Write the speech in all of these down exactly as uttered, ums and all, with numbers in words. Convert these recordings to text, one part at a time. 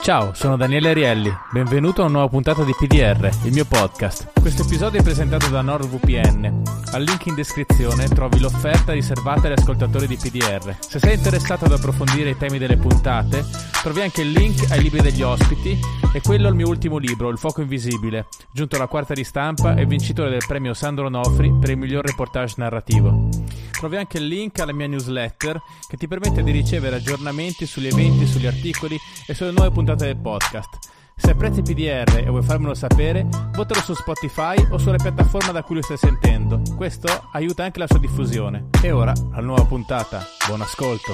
Ciao, sono Daniele Arielli, benvenuto a una nuova puntata di P D R, il mio podcast. Questo episodio è presentato da NordVPN. Al link in descrizione trovi l'offerta riservata agli ascoltatori di P D R. Se sei interessato ad approfondire i temi delle puntate, trovi anche il link ai libri degli ospiti e quello al mio ultimo libro, Il fuoco invisibile, giunto alla quarta ristampa e vincitore del premio Sandro Nofri per il miglior reportage narrativo. Trovi anche il link alla mia newsletter che ti permette di ricevere aggiornamenti sugli eventi, sugli articoli e sulle nuove puntate del podcast. Se apprezzi P D R e vuoi farmelo sapere, votalo su Spotify o sulle piattaforme da cui lo stai sentendo. Questo aiuta anche la sua diffusione. E ora, alla nuova puntata. Buon ascolto.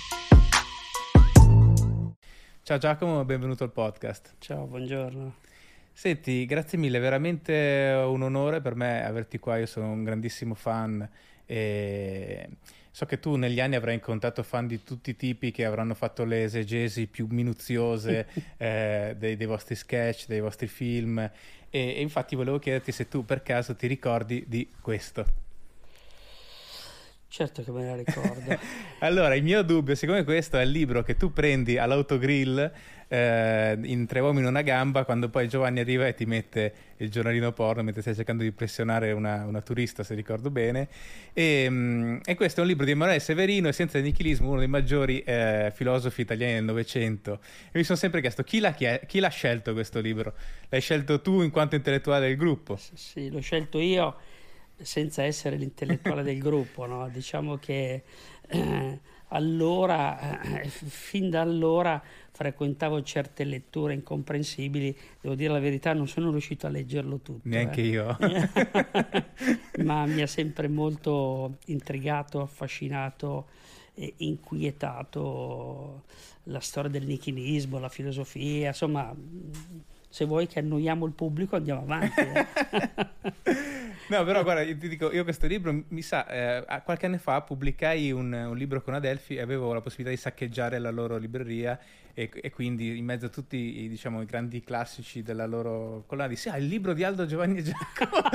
Ciao Giacomo, benvenuto al podcast. Ciao, buongiorno. Senti, grazie mille, veramente un onore per me averti qua. Io sono un grandissimo fan e so che tu negli anni avrai incontrato fan di tutti i tipi che avranno fatto le esegesi più minuziose eh, dei, dei vostri sketch, dei vostri film e, e infatti volevo chiederti se tu per caso ti ricordi di questo. Certo che me la ricordo. Allora, il mio dubbio, siccome questo è il libro che tu prendi all'autogrill eh, in Tre uomini una gamba, quando poi Giovanni arriva e ti mette il giornalino porno mentre stai cercando di impressionare una, una turista, se ricordo bene, e, um, e questo è un libro di Emanuele Severino, Essenza del nichilismo, uno dei maggiori eh, filosofi italiani del Novecento, e mi sono sempre chiesto chi l'ha, chi l'ha scelto questo libro? L'hai scelto tu in quanto intellettuale del gruppo? Sì, l'ho scelto io senza essere l'intellettuale del gruppo, no? Diciamo che eh, allora, eh, fin da allora frequentavo certe letture incomprensibili, devo dire la verità, non sono riuscito a leggerlo tutto. Neanche eh. io. Ma mi ha sempre molto intrigato, affascinato e inquietato la storia del nichilismo, la filosofia, insomma, se vuoi che annoiamo il pubblico andiamo avanti. Eh. No, però guarda, io ti dico, io questo libro, mi sa, eh, qualche anno fa pubblicai un, un libro con Adelphi e avevo la possibilità di saccheggiare la loro libreria e, e quindi in mezzo a tutti i, diciamo, i grandi classici della loro collana dissi, ah, il libro di Aldo, Giovanni e Giacomo!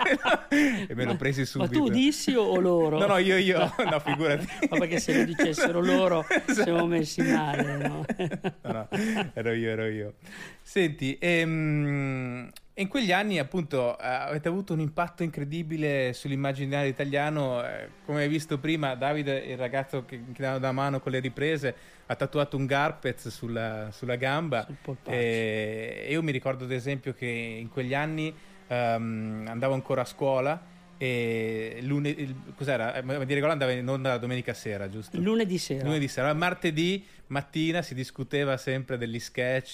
E me l'ho presi subito. Ma tu dissi o loro? No, no, io, io, no, figurati. Ma perché se lo dicessero loro siamo messi male, no? No, no, ero io, ero io. Senti, ehm... in quegli anni appunto eh, avete avuto un impatto incredibile sull'immaginario italiano, eh, come hai visto prima Davide, il ragazzo che, che dava da mano con le riprese, ha tatuato un Garpez sulla, sulla gamba e, e io mi ricordo ad esempio che in quegli anni um, andavo ancora a scuola e lunedì, il, cos'era? Ma di regola andava in onda la domenica sera, giusto? Lunedì sera. Lunedì sera, martedì mattina si discuteva sempre degli sketch,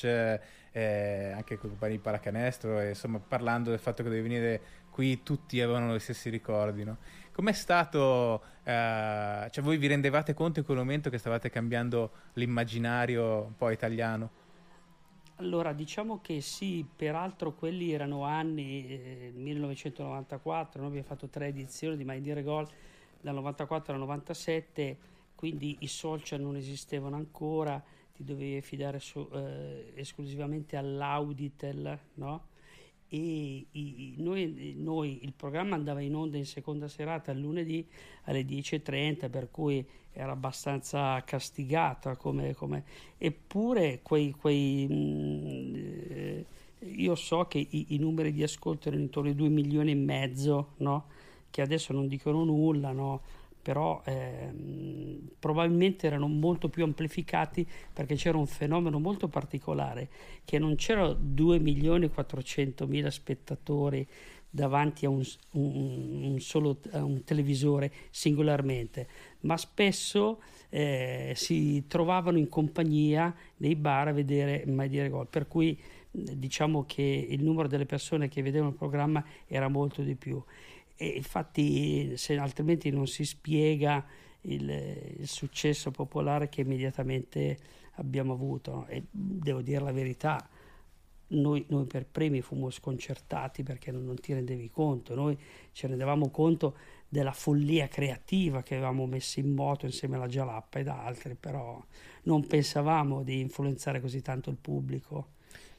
eh, anche con i compagni di pallacanestro, e, insomma, parlando del fatto che dovevi venire qui, tutti avevano gli stessi ricordi, no? Com'è stato, eh, cioè voi vi rendevate conto in quel momento che stavate cambiando l'immaginario un po' italiano? Allora, diciamo che sì, peraltro quelli erano anni, eh, millenovecentonovantaquattro, noi abbiamo fatto tre edizioni di Mai Dire Gol dal novantaquattro al novantasette, quindi i social non esistevano ancora, ti dovevi affidare su, eh, esclusivamente all'Auditel, no? E i, noi, noi il programma andava in onda in seconda serata il lunedì alle dieci e trenta, per cui era abbastanza castigata come, come... eppure quei, quei mh, eh, io so che i, i numeri di ascolto erano intorno ai due milioni e mezzo, no? Che adesso non dicono nulla, no? Però ehm, probabilmente erano molto più amplificati perché c'era un fenomeno molto particolare, che non c'erano due milioni e quattrocentomila spettatori davanti a un, un, un solo a un televisore singolarmente, ma spesso eh, si trovavano in compagnia nei bar a vedere Mai Dire Gol, per cui diciamo che il numero delle persone che vedevano il programma era molto di più. E infatti, se altrimenti non si spiega il, il successo popolare che immediatamente abbiamo avuto, no? E devo dire la verità, noi, noi per primi fummo sconcertati perché non, non ti rendevi conto, noi ci rendevamo conto della follia creativa che avevamo messo in moto insieme alla Gialappa ed altri, però non pensavamo di influenzare così tanto il pubblico.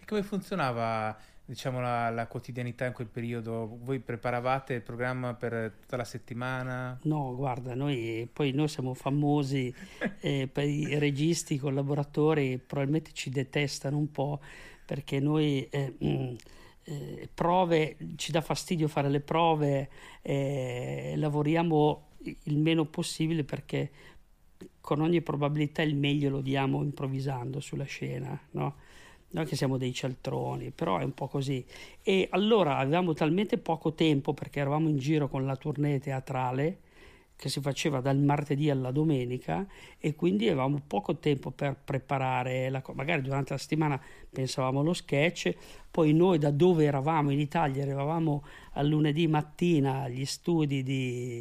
come funzionava, diciamo, la, la quotidianità in quel periodo? Voi preparavate il programma per tutta la settimana? No, guarda, noi poi noi siamo famosi eh, per i registi, i collaboratori, probabilmente ci detestano un po' perché noi eh, mh, eh, prove, ci dà fastidio fare le prove, eh, lavoriamo il meno possibile perché con ogni probabilità il meglio lo diamo improvvisando sulla scena, no? Noi che siamo dei cialtroni, però è un po' così. E allora avevamo talmente poco tempo perché eravamo in giro con la tournée teatrale che si faceva dal martedì alla domenica e quindi avevamo poco tempo per preparare la cosa. Magari durante la settimana pensavamo allo sketch, poi noi da dove eravamo in Italia arrivavamo al lunedì mattina agli studi di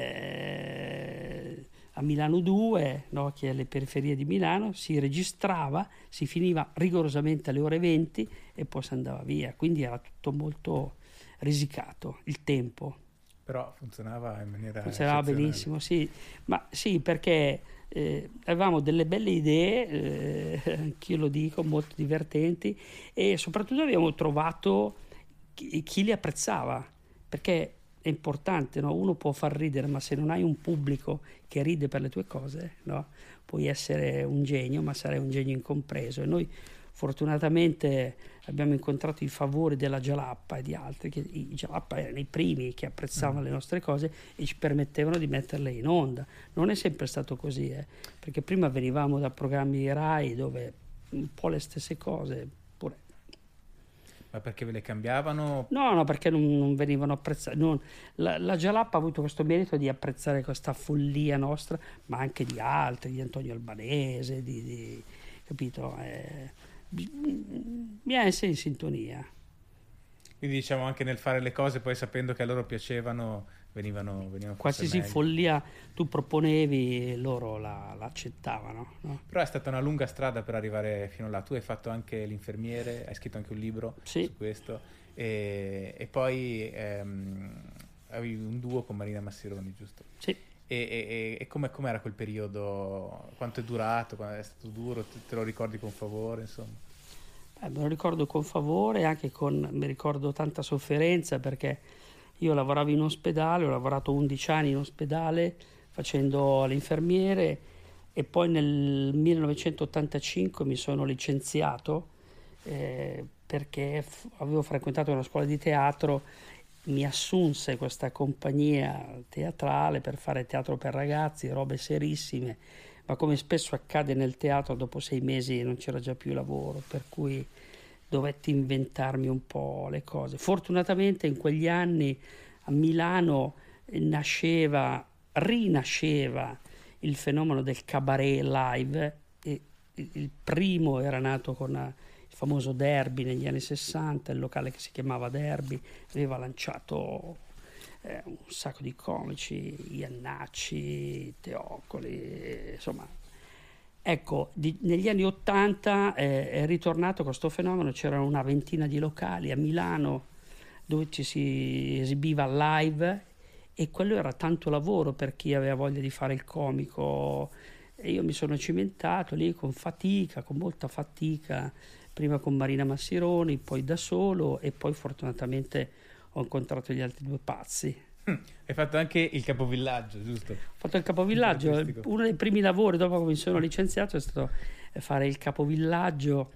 eh, a Milano due, no, che è alle periferie di Milano, si registrava, si finiva rigorosamente alle ore venti e poi si andava via, quindi era tutto molto risicato il tempo. Però funzionava in maniera funzionava benissimo, sì, ma sì, perché eh, avevamo delle belle idee, eh, anch'io lo dico, molto divertenti, e soprattutto abbiamo trovato chi, chi li apprezzava, perché è importante, no? Uno può far ridere, ma se non hai un pubblico che ride per le tue cose, no? Puoi essere un genio, ma sarai un genio incompreso. E noi fortunatamente abbiamo incontrato i favori della Jalappa e di altri, che i Jalappa erano i primi che apprezzavano mm. le nostre cose e ci permettevano di metterle in onda. Non è sempre stato così, eh? Perché prima venivamo da programmi Rai dove un po' le stesse cose, pure. Ma perché ve le cambiavano? No, no, perché non, non venivano apprezzati. Non, la, la Jalappa ha avuto questo merito di apprezzare questa follia nostra, ma anche di altri, di Antonio Albanese, di, di capito? Eh, bisogna essere in sintonia. Quindi diciamo anche nel fare le cose, poi sapendo che a loro piacevano, venivano, venivano qualsiasi meglio. Follia tu proponevi, loro la, la accettavano, no? Però è stata una lunga strada per arrivare fino là. Tu hai fatto anche l'infermiere, hai scritto anche un libro sì. su questo e, e poi ehm, avevi un duo con Marina Massironi, giusto? Sì. E, e, e come com'era quel periodo? Quanto è durato? Quanto è stato duro? Te, te lo ricordi con favore, insomma? Eh, me lo ricordo con favore, anche con, mi ricordo tanta sofferenza, perché io lavoravo in ospedale, ho lavorato undici anni in ospedale facendo l'infermiere e poi nel millenovecentottantacinque mi sono licenziato eh, perché f- avevo frequentato una scuola di teatro, mi assunse questa compagnia teatrale per fare teatro per ragazzi, robe serissime, ma come spesso accade nel teatro dopo sei mesi non c'era già più lavoro, per cui dovetti inventarmi un po' le cose. Fortunatamente in quegli anni a Milano nasceva, rinasceva il fenomeno del cabaret live, e il primo era nato con il famoso Derby negli anni sessanta, il locale che si chiamava Derby, aveva lanciato eh, un sacco di comici, Iannacci, Teocoli, insomma. Ecco, di, negli anni ottanta eh, è ritornato questo fenomeno, c'erano una ventina di locali a Milano dove ci si esibiva live e quello era tanto lavoro per chi aveva voglia di fare il comico e io mi sono cimentato lì con fatica, con molta fatica, prima con Marina Massironi, poi da solo e poi fortunatamente ho incontrato gli altri due pazzi. Hai fatto anche il capovillaggio, giusto? Ho fatto il capovillaggio, uno dei primi lavori dopo che mi sono licenziato è stato fare il capovillaggio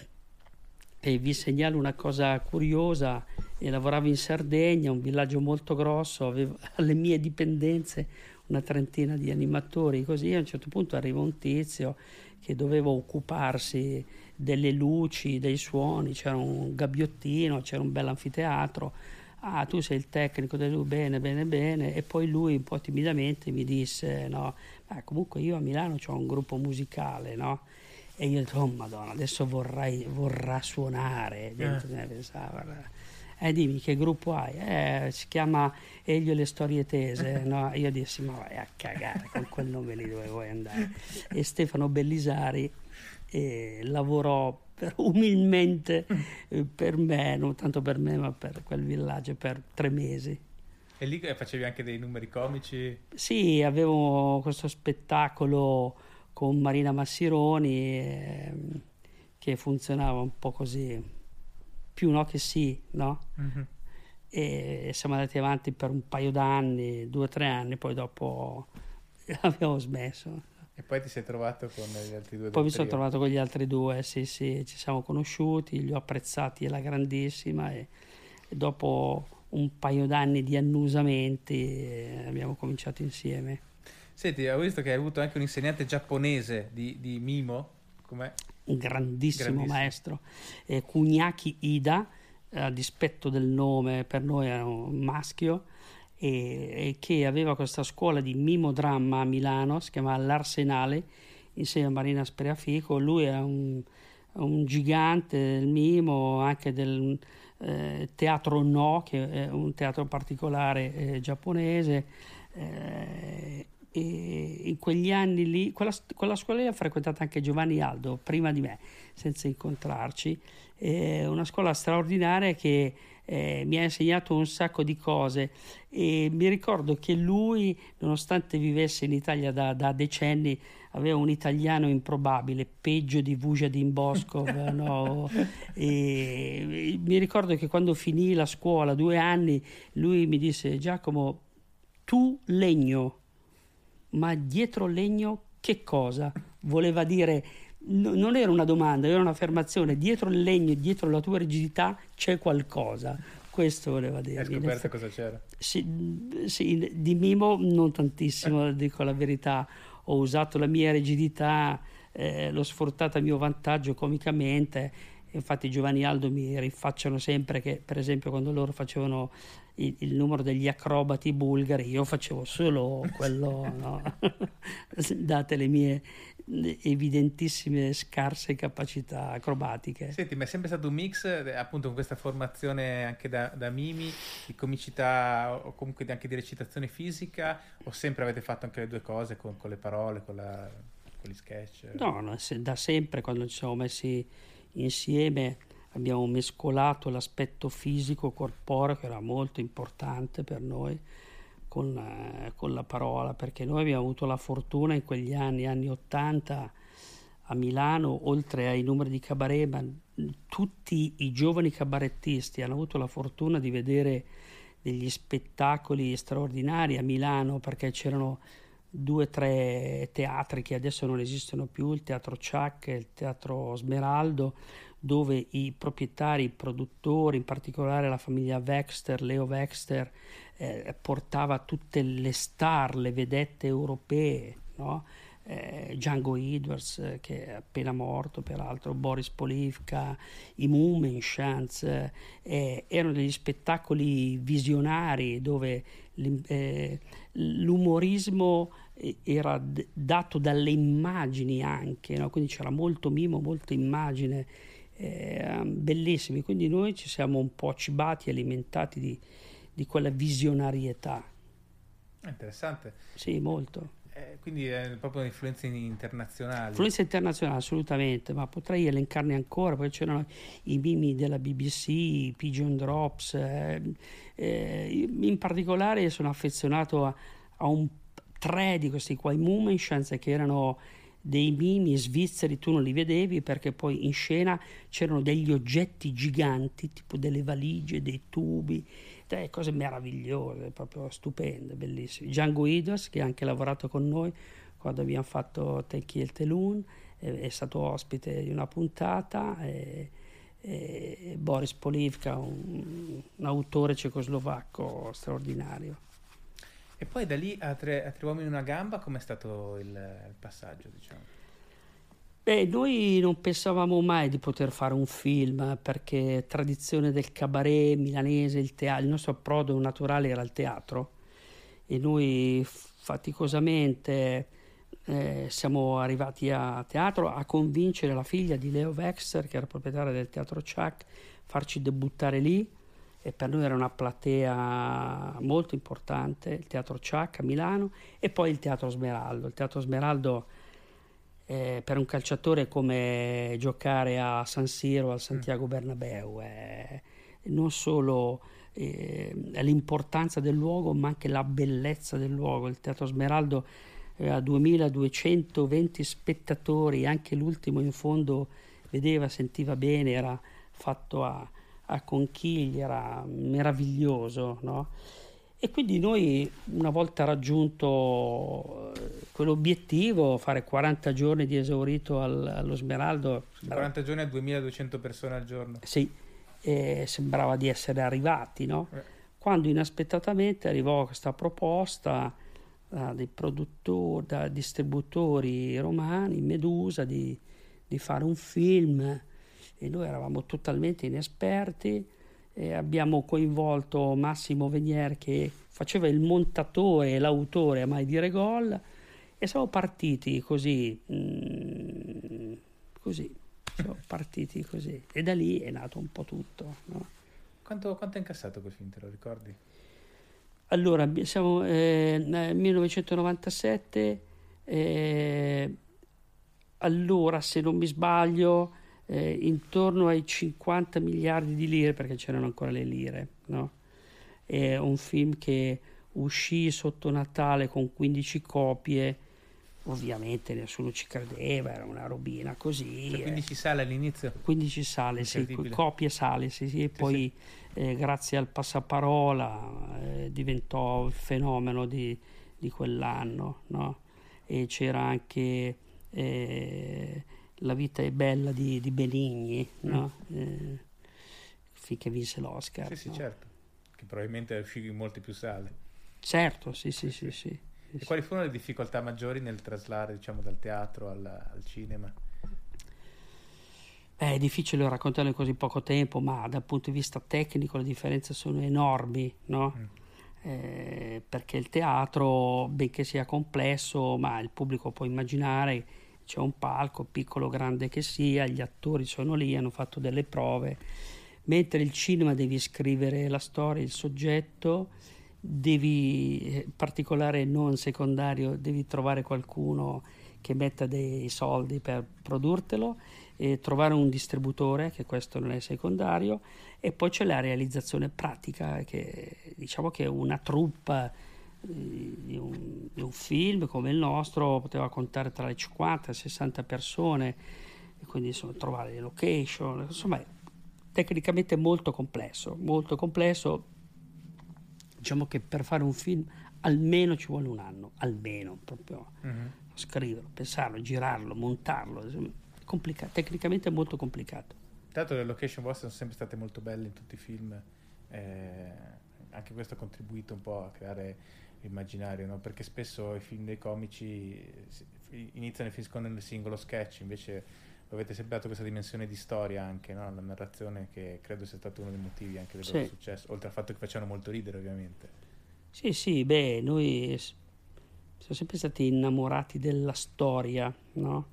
e vi segnalo una cosa curiosa, e lavoravo in Sardegna, un villaggio molto grosso, avevo alle mie dipendenze una trentina di animatori, così a un certo punto arriva un tizio che doveva occuparsi delle luci, dei suoni, c'era un gabbiottino, c'era un bel anfiteatro. Ah, tu sei il tecnico del lui, bene, bene, bene. E poi lui un po' timidamente mi disse, no, ma comunque io a Milano ho un gruppo musicale, no? E io ho detto, oh madonna, adesso vorrai, vorrà suonare. Dentro eh. me pensava, eh dimmi che gruppo hai? Eh, si chiama Elio e le storie tese, no? Io dissi, ma vai a cagare, con quel nome lì dove vuoi andare? E Stefano Bellisari eh, lavorò per, umilmente eh, per me, non tanto per me ma per quel villaggio per tre mesi. E lì facevi anche dei numeri comici? Sì, avevo questo spettacolo con Marina Massironi eh, che funzionava un po' così, più no che sì, no? Mm-hmm. E siamo andati avanti per un paio d'anni, due o tre anni, poi dopo abbiamo smesso. E poi ti sei trovato con gli altri due? Poi mi sono trovato con gli altri due, sì, sì, ci siamo conosciuti, li ho apprezzati alla grandissima e, e dopo un paio d'anni di annusamenti eh, abbiamo cominciato insieme. Senti, ho visto che hai avuto anche un insegnante giapponese di, di Mimo, com'è? Un grandissimo, grandissimo. maestro, eh, Kuniaki Ida, a dispetto del nome, per noi era un maschio, e, e che aveva questa scuola di mimo dramma a Milano, si chiama L'Arsenale, insieme a Marina Spreafico. Lui è un, un gigante del mimo, anche del eh, teatro No, che è un teatro particolare eh, giapponese, eh, e in quegli anni lì, quella, quella scuola lì ha frequentato anche Giovanni Aldo, prima di me, senza incontrarci. È una scuola straordinaria che eh, mi ha insegnato un sacco di cose, e mi ricordo che lui, nonostante vivesse in Italia da, da decenni, aveva un italiano improbabile, peggio di Vujadin Boskov, no? E mi ricordo che quando finì la scuola, due anni, lui mi disse: Giacomo, tu legno, ma dietro legno che cosa? Voleva dire, no, non era una domanda, era un'affermazione: dietro il legno e dietro la tua rigidità c'è qualcosa. Questo voleva dire. Hai scoperto cosa c'era? Sì, sì, di Mimo non tantissimo, dico la verità. Ho usato la mia rigidità, eh, l'ho sfruttata a mio vantaggio comicamente. Infatti Giovanni Aldo mi rifacciano sempre che, per esempio, quando loro facevano il, il numero degli acrobati bulgari, io facevo solo quello, no? Date le mie evidentissime scarse capacità acrobatiche. Senti, ma è sempre stato un mix, appunto, con questa formazione anche da, da mimi, di comicità o comunque anche di recitazione fisica, o sempre avete fatto anche le due cose con, con le parole, con, la, con gli sketch? No, no, se, da sempre, quando ci siamo messi insieme, abbiamo mescolato l'aspetto fisico corporeo, che era molto importante per noi, con, eh, con la parola, perché noi abbiamo avuto la fortuna in quegli anni, anni ottanta, a Milano, oltre ai numeri di cabaret, ma tutti i giovani cabarettisti hanno avuto la fortuna di vedere degli spettacoli straordinari a Milano, perché c'erano due o tre teatri che adesso non esistono più, il Teatro Ciak e il Teatro Smeraldo, dove i proprietari, i produttori, in particolare la famiglia Wexter, Leo Wexter, eh, portava tutte le star, le vedette europee, no? eh, Django Edwards, eh, che è appena morto peraltro, Boris Polivka, i Mummenschanz, eh, erano degli spettacoli visionari dove eh, l'umorismo era d- dato dalle immagini anche, no? Quindi c'era molto mimo, molta immagine, eh, bellissimi, quindi noi ci siamo un po' cibati, alimentati di, di quella visionarietà. Interessante. Sì, molto. Eh, quindi è proprio influenze internazionali. Influenze internazionali, assolutamente, ma potrei elencarne ancora, perché c'erano i mimi della B B C, i Pigeon Drops, eh, eh, in particolare sono affezionato a, a un tre di questi qua, i Mummenschanz, che erano dei mimi svizzeri, tu non li vedevi perché poi in scena c'erano degli oggetti giganti, tipo delle valigie, dei tubi, delle cose meravigliose, proprio stupende, bellissime. Django Edwards, che ha anche lavorato con noi quando abbiamo fatto Take Il Telun, è, è stato ospite di una puntata, e, e Boris Polivka, un, un autore cecoslovacco straordinario. E poi da lì a tre, a tre uomini in una gamba, com'è stato il, il passaggio, diciamo? Beh, noi non pensavamo mai di poter fare un film, perché tradizione del cabaret milanese, il teatro, il nostro approdo naturale era il teatro, e noi faticosamente eh, siamo arrivati a teatro a convincere la figlia di Leo Wexter, che era proprietaria del Teatro Ciak, farci debuttare lì. E per noi era una platea molto importante, il Teatro Ciak a Milano e poi il Teatro Smeraldo. Il Teatro Smeraldo eh, per un calciatore è come giocare a San Siro, al Santiago Bernabéu, è non solo eh, l'importanza del luogo, ma anche la bellezza del luogo. Il Teatro Smeraldo aveva duemiladuecentoventi spettatori, anche l'ultimo in fondo vedeva, sentiva bene, era fatto a, a conchiglie, era meraviglioso, no? E quindi noi, una volta raggiunto quell'obiettivo, fare quaranta giorni di esaurito al, allo Smeraldo... quaranta giorni a duemiladuecento persone al giorno. Sì, eh, sembrava di essere arrivati, no? Eh. Quando inaspettatamente arrivò questa proposta da dei produttori, da distributori romani, Medusa, di, di fare un film, e noi eravamo totalmente inesperti. E abbiamo coinvolto Massimo Venier, che faceva il montatore e l'autore a Mai Dire Gol, e siamo partiti così, mm, così, siamo partiti così, e da lì è nato un po' tutto, no? Quanto, quanto è incassato quel film, te lo ricordi? Allora, siamo eh, nel millenovecentonovantasette, eh, allora, se non mi sbaglio, Eh, intorno ai cinquanta miliardi di lire, perché c'erano ancora le lire, no? È un film che uscì sotto Natale con quindici copie, ovviamente nessuno ci credeva, era una robina così. Cioè quindici eh. sale all'inizio? quindici sale, sì, copie sale, sì, sì, e sì, poi sì. Eh, grazie al passaparola eh, diventò il fenomeno di, di quell'anno, no? E c'era anche... Eh, La vita è bella di, di Benigni, no? Mm. Eh, finché vinse l'Oscar. Sì, sì, no? certo. Che probabilmente è uscito in molte più sale. Certo, sì, sì, sì. sì, sì. E sì. quali furono le difficoltà maggiori nel traslare, diciamo, dal teatro al, al cinema? È difficile raccontarlo in così poco tempo, ma dal punto di vista tecnico le differenze sono enormi, no? Mm. Eh, perché il teatro, benché sia complesso, ma il pubblico può immaginare... C'è un palco, piccolo o grande che sia, gli attori sono lì, hanno fatto delle prove, mentre il cinema devi scrivere la storia, il soggetto, devi, particolare non secondario, devi trovare qualcuno che metta dei soldi per produrtelo, e trovare un distributore, che questo non è secondario, e poi c'è la realizzazione pratica, che diciamo che una troupe Di un, di un film come il nostro poteva contare tra le cinquanta e le sessanta persone, e quindi insomma, trovare le location, insomma è tecnicamente molto complesso, molto complesso. Diciamo che per fare un film almeno ci vuole un anno, almeno proprio mm-hmm. scriverlo, pensarlo, girarlo, montarlo, insomma, è complicato, tecnicamente è molto complicato. Tanto le location vostre sono sempre state molto belle in tutti i film, eh, anche questo ha contribuito un po' a creare immaginario, no? Perché spesso i film dei comici iniziano e finiscono nel singolo sketch, invece avete sempre dato questa dimensione di storia anche, no? La narrazione, che credo sia stato uno dei motivi anche del loro sì. successo, oltre al fatto che facevano molto ridere ovviamente. Sì, sì, beh, noi siamo sempre stati innamorati della storia, no?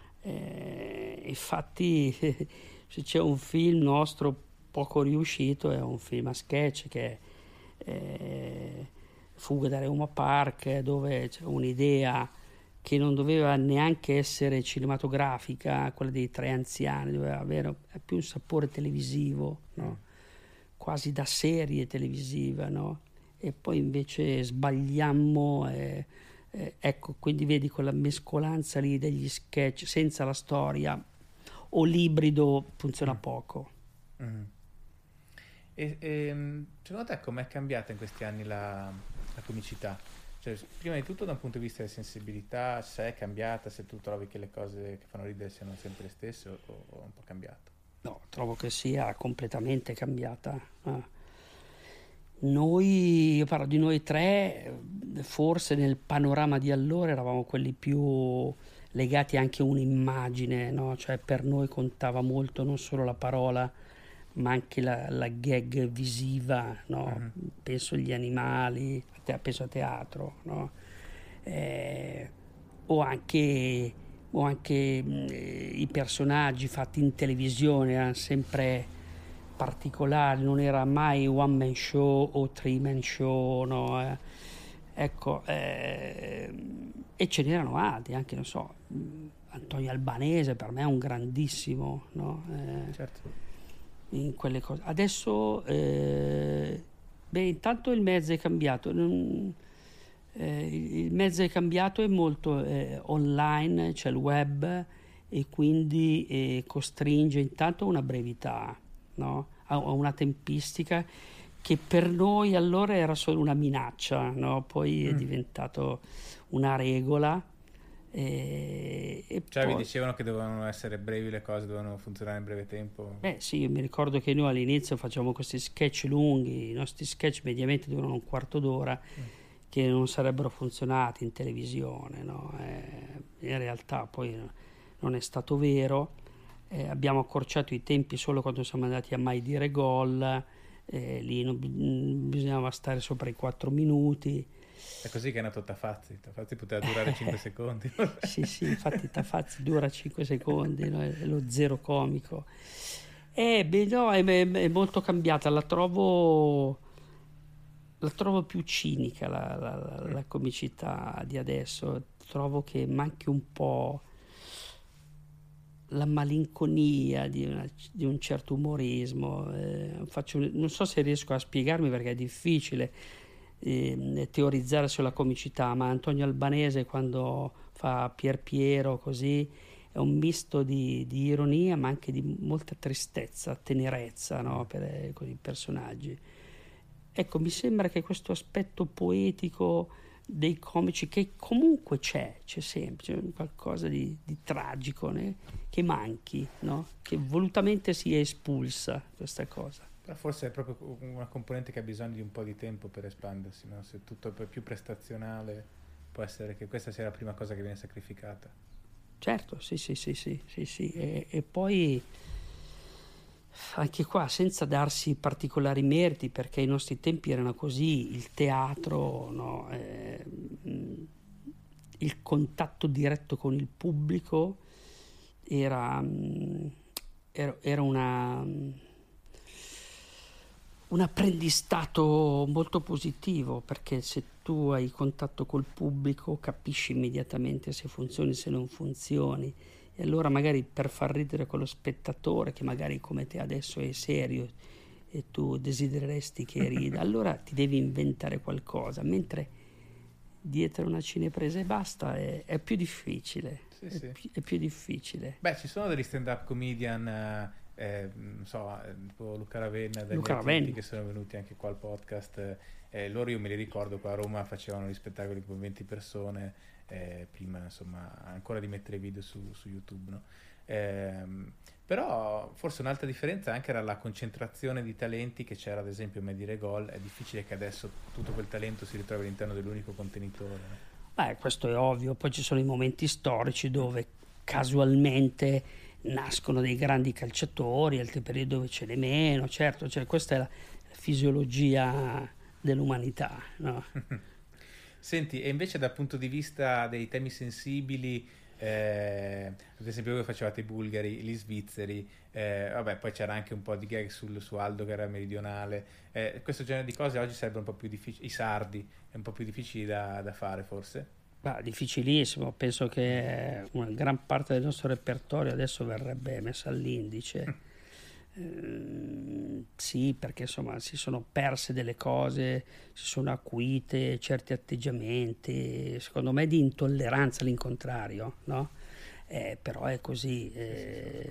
Eh, infatti se c'è un film nostro poco riuscito è un film a sketch che è eh, Fuga da Reuma Park, dove c'è un'idea che non doveva neanche essere cinematografica, quella dei tre anziani, doveva avere più un sapore televisivo, no? Quasi da serie televisiva, no? E poi invece sbagliammo, eh, eh, ecco, quindi vedi quella mescolanza lì degli sketch senza la storia, o l'ibrido funziona mm. poco. Mm. E, e secondo te com'è cambiata in questi anni la, la comicità? Cioè, prima di tutto da un punto di vista di sensibilità, se è cambiata, se tu trovi che le cose che fanno ridere siano sempre le stesse o, o è un po' cambiato? No, trovo che sia completamente cambiata. Ah. Noi, io parlo di noi tre, forse nel panorama di allora eravamo quelli più legati anche a un'immagine, no? Cioè per noi contava molto non solo la parola, ma anche la, la gag visiva, no? Uh-huh. Penso agli animali, penso a teatro, no? Eh, o anche, o anche eh, i personaggi fatti in televisione erano sempre particolari, non era mai one man show o three man show, no? Eh, ecco, eh, e ce n'erano altri, anche non so, Antonio Albanese per me è un grandissimo, no? Eh, certo. In quelle cose. Adesso, eh, beh, intanto il mezzo è cambiato. Non, eh, il mezzo è cambiato, è molto eh, online, c'è il web, e quindi eh, costringe intanto a una brevità, no? a, a una tempistica che per noi allora era solo una minaccia, no? Poi è Mm. diventato una regola. E, e Cioè poi, vi dicevano che dovevano essere brevi le cose, dovevano funzionare in breve tempo. beh sì, io mi ricordo che noi all'inizio facciamo questi sketch lunghi, i nostri sketch mediamente durano un quarto d'ora, Mm. che non sarebbero funzionati in televisione, no? Eh, in realtà poi non è stato vero. Eh, abbiamo accorciato i tempi solo quando siamo andati a Mai Dire Gol, eh, lì non, bisognava stare sopra i quattro minuti. È così che è nato Tafazzi. Tafazzi poteva durare cinque secondi. Sì, sì, infatti Tafazzi dura cinque secondi, no? È lo zero comico. Eh, beh, no, è, è molto cambiata, la trovo, la trovo più cinica la, la, la, la comicità di adesso, trovo che manchi un po' la malinconia di, una, di un certo umorismo. Eh, faccio, non so se riesco a spiegarmi perché è difficile eh, teorizzare sulla comicità, ma Antonio Albanese quando fa Pier Piero così è un misto di, di ironia ma anche di molta tristezza, tenerezza, no? Per con i personaggi. Ecco, mi sembra che questo aspetto poetico dei comici, che comunque c'è, c'è sempre, c'è qualcosa di, di tragico, né? Che manchi, no? Che volutamente sia espulsa questa cosa. Però forse è proprio una componente che ha bisogno di un po' di tempo per espandersi, no? Se tutto è più prestazionale, può essere che questa sia la prima cosa che viene sacrificata. Certo, sì, sì, sì, sì, sì, sì. E, e poi anche qua senza darsi particolari meriti, perché i nostri tempi erano così, il teatro, no? eh, il contatto diretto con il pubblico era, era, era una, un apprendistato molto positivo, perché se tu hai contatto col pubblico capisci immediatamente se funzioni, se non funzioni. E allora magari per far ridere quello spettatore che magari come te adesso è serio e tu desidereresti che rida, allora ti devi inventare qualcosa, mentre dietro una cinepresa e basta è, è più difficile. Sì, è, sì. Più, è più difficile. Beh, ci sono degli stand-up comedian, eh, non so, tipo Luca Ravenna, Luca Daniel Ravenna. Tinti, che sono venuti anche qua al podcast. Eh, loro io me li ricordo, qua a Roma facevano gli spettacoli con venti persone, eh, prima insomma ancora di mettere video su, su YouTube, no? Ehm, però forse un'altra differenza anche era la concentrazione di talenti che c'era ad esempio a Mai Dire Gol. È difficile che adesso tutto quel talento si ritrovi all'interno dell'unico contenitore, no? Beh, questo è ovvio, poi ci sono i momenti storici dove casualmente nascono dei grandi calciatori, altri periodi dove ce n'è meno, certo, cioè questa è la fisiologia dell'umanità, no? Senti, e invece dal punto di vista dei temi sensibili, eh, ad esempio voi facevate i bulgari, gli svizzeri, eh, vabbè, poi c'era anche un po' di gag sul, su Aldo che era meridionale, eh, questo genere di cose oggi sarebbero un po' più difficili, i sardi, è un po' più difficili da, da fare forse? Bah, difficilissimo, penso che una gran parte del nostro repertorio adesso verrebbe messa all'indice. Eh, sì, perché insomma si sono perse delle cose, si sono acuite certi atteggiamenti, secondo me di intolleranza all'incontrario, no? Eh, però è così, eh,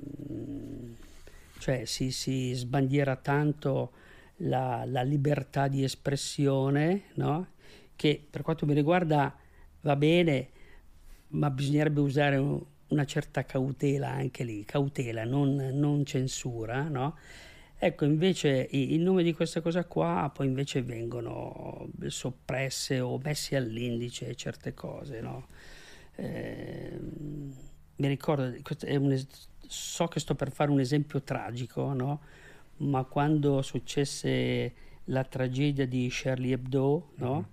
cioè si, si sbandiera tanto la, la libertà di espressione, no? Che per quanto mi riguarda va bene, ma bisognerebbe usare un, una certa cautela anche lì, cautela, non, non censura, no? Ecco, invece in nome di questa cosa qua poi invece vengono soppresse o messe all'indice certe cose, no? Eh, mi ricordo, è un, so che sto per fare un esempio tragico, no? Ma quando successe la tragedia di Charlie Hebdo, no?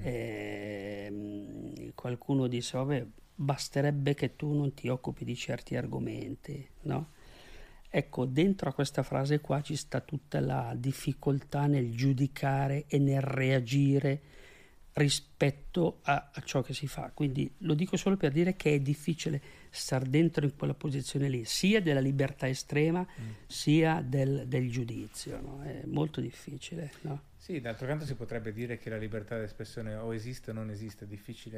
Eh, qualcuno disse, vabbè, basterebbe che tu non ti occupi di certi argomenti, no? Ecco, dentro a questa frase qua ci sta tutta la difficoltà nel giudicare e nel reagire rispetto a, a ciò che si fa. Quindi lo dico solo per dire che è difficile star dentro in quella posizione lì, sia della libertà estrema, mm. sia del, del giudizio, no? È molto difficile, no? Sì, d'altro canto si potrebbe dire che la libertà d'espressione o esiste o non esiste, è difficile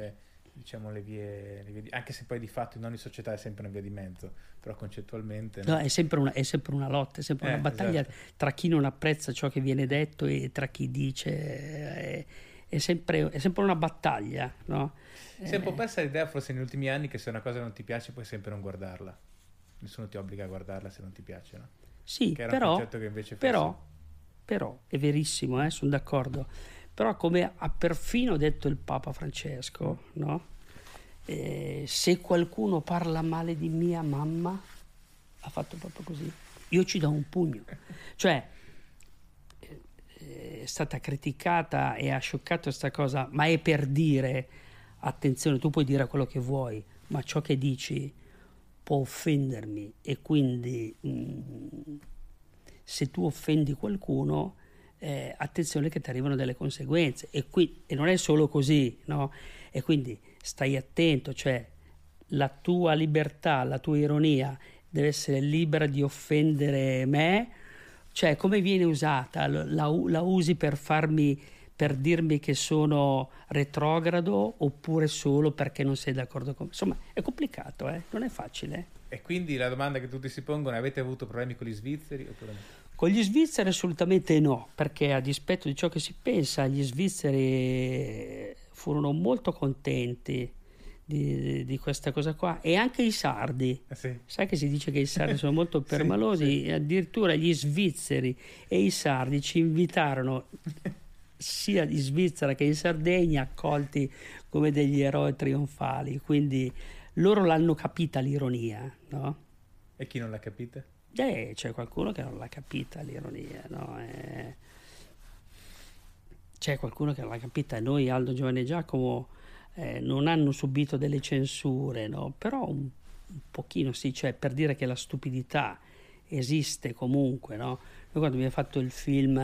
diciamo le vie, le vie di, anche se poi di fatto in ogni società è sempre una via di mezzo, però concettualmente no, no, è sempre una, è sempre una lotta, è sempre eh, una battaglia, esatto. Tra chi non apprezza ciò che viene detto e tra chi dice, è, è, sempre, è sempre una battaglia, no? Si è un po' persa l'idea forse negli ultimi anni che se una cosa non ti piace puoi sempre non guardarla, nessuno ti obbliga a guardarla se non ti piace, no? Sì, Che era però, un concetto che invece forse... però, però è verissimo, eh, sono d'accordo, però come ha perfino detto il Papa Francesco, no? Eh, se qualcuno parla male di mia mamma, ha fatto proprio così, io ci do un pugno, cioè eh, è stata criticata e ha scioccato questa cosa, ma è per dire, attenzione, tu puoi dire quello che vuoi, ma ciò che dici può offendermi e quindi mh, se tu offendi qualcuno, eh, attenzione che ti arrivano delle conseguenze, e, qui, e non è solo così, no? E quindi stai attento, cioè la tua libertà, la tua ironia deve essere libera di offendere me, cioè come viene usata, la, la usi per farmi, per dirmi che sono retrogrado oppure solo perché non sei d'accordo con me, insomma è complicato, eh? Non è facile. E quindi la domanda che tutti si pongono è: avete avuto problemi con gli svizzeri oppure no? Con gli svizzeri assolutamente no, perché a dispetto di ciò che si pensa, gli svizzeri furono molto contenti di, di questa cosa qua, e anche i sardi. Eh sì. Sai che si dice che i sardi sono molto permalosi, sì, sì. Addirittura gli svizzeri e i sardi ci invitarono sia in Svizzera che in Sardegna, accolti come degli eroi trionfali, quindi loro l'hanno capita l'ironia, no? E chi non l'ha capita? Eh, c'è qualcuno che non l'ha capita l'ironia, no? Eh, c'è qualcuno che non l'ha capita, e noi, Aldo, Giovanni e Giacomo, eh, non hanno subito delle censure, no? Però un, un pochino sì, cioè per dire che la stupidità esiste comunque, no? Noi quando abbiamo fatto il film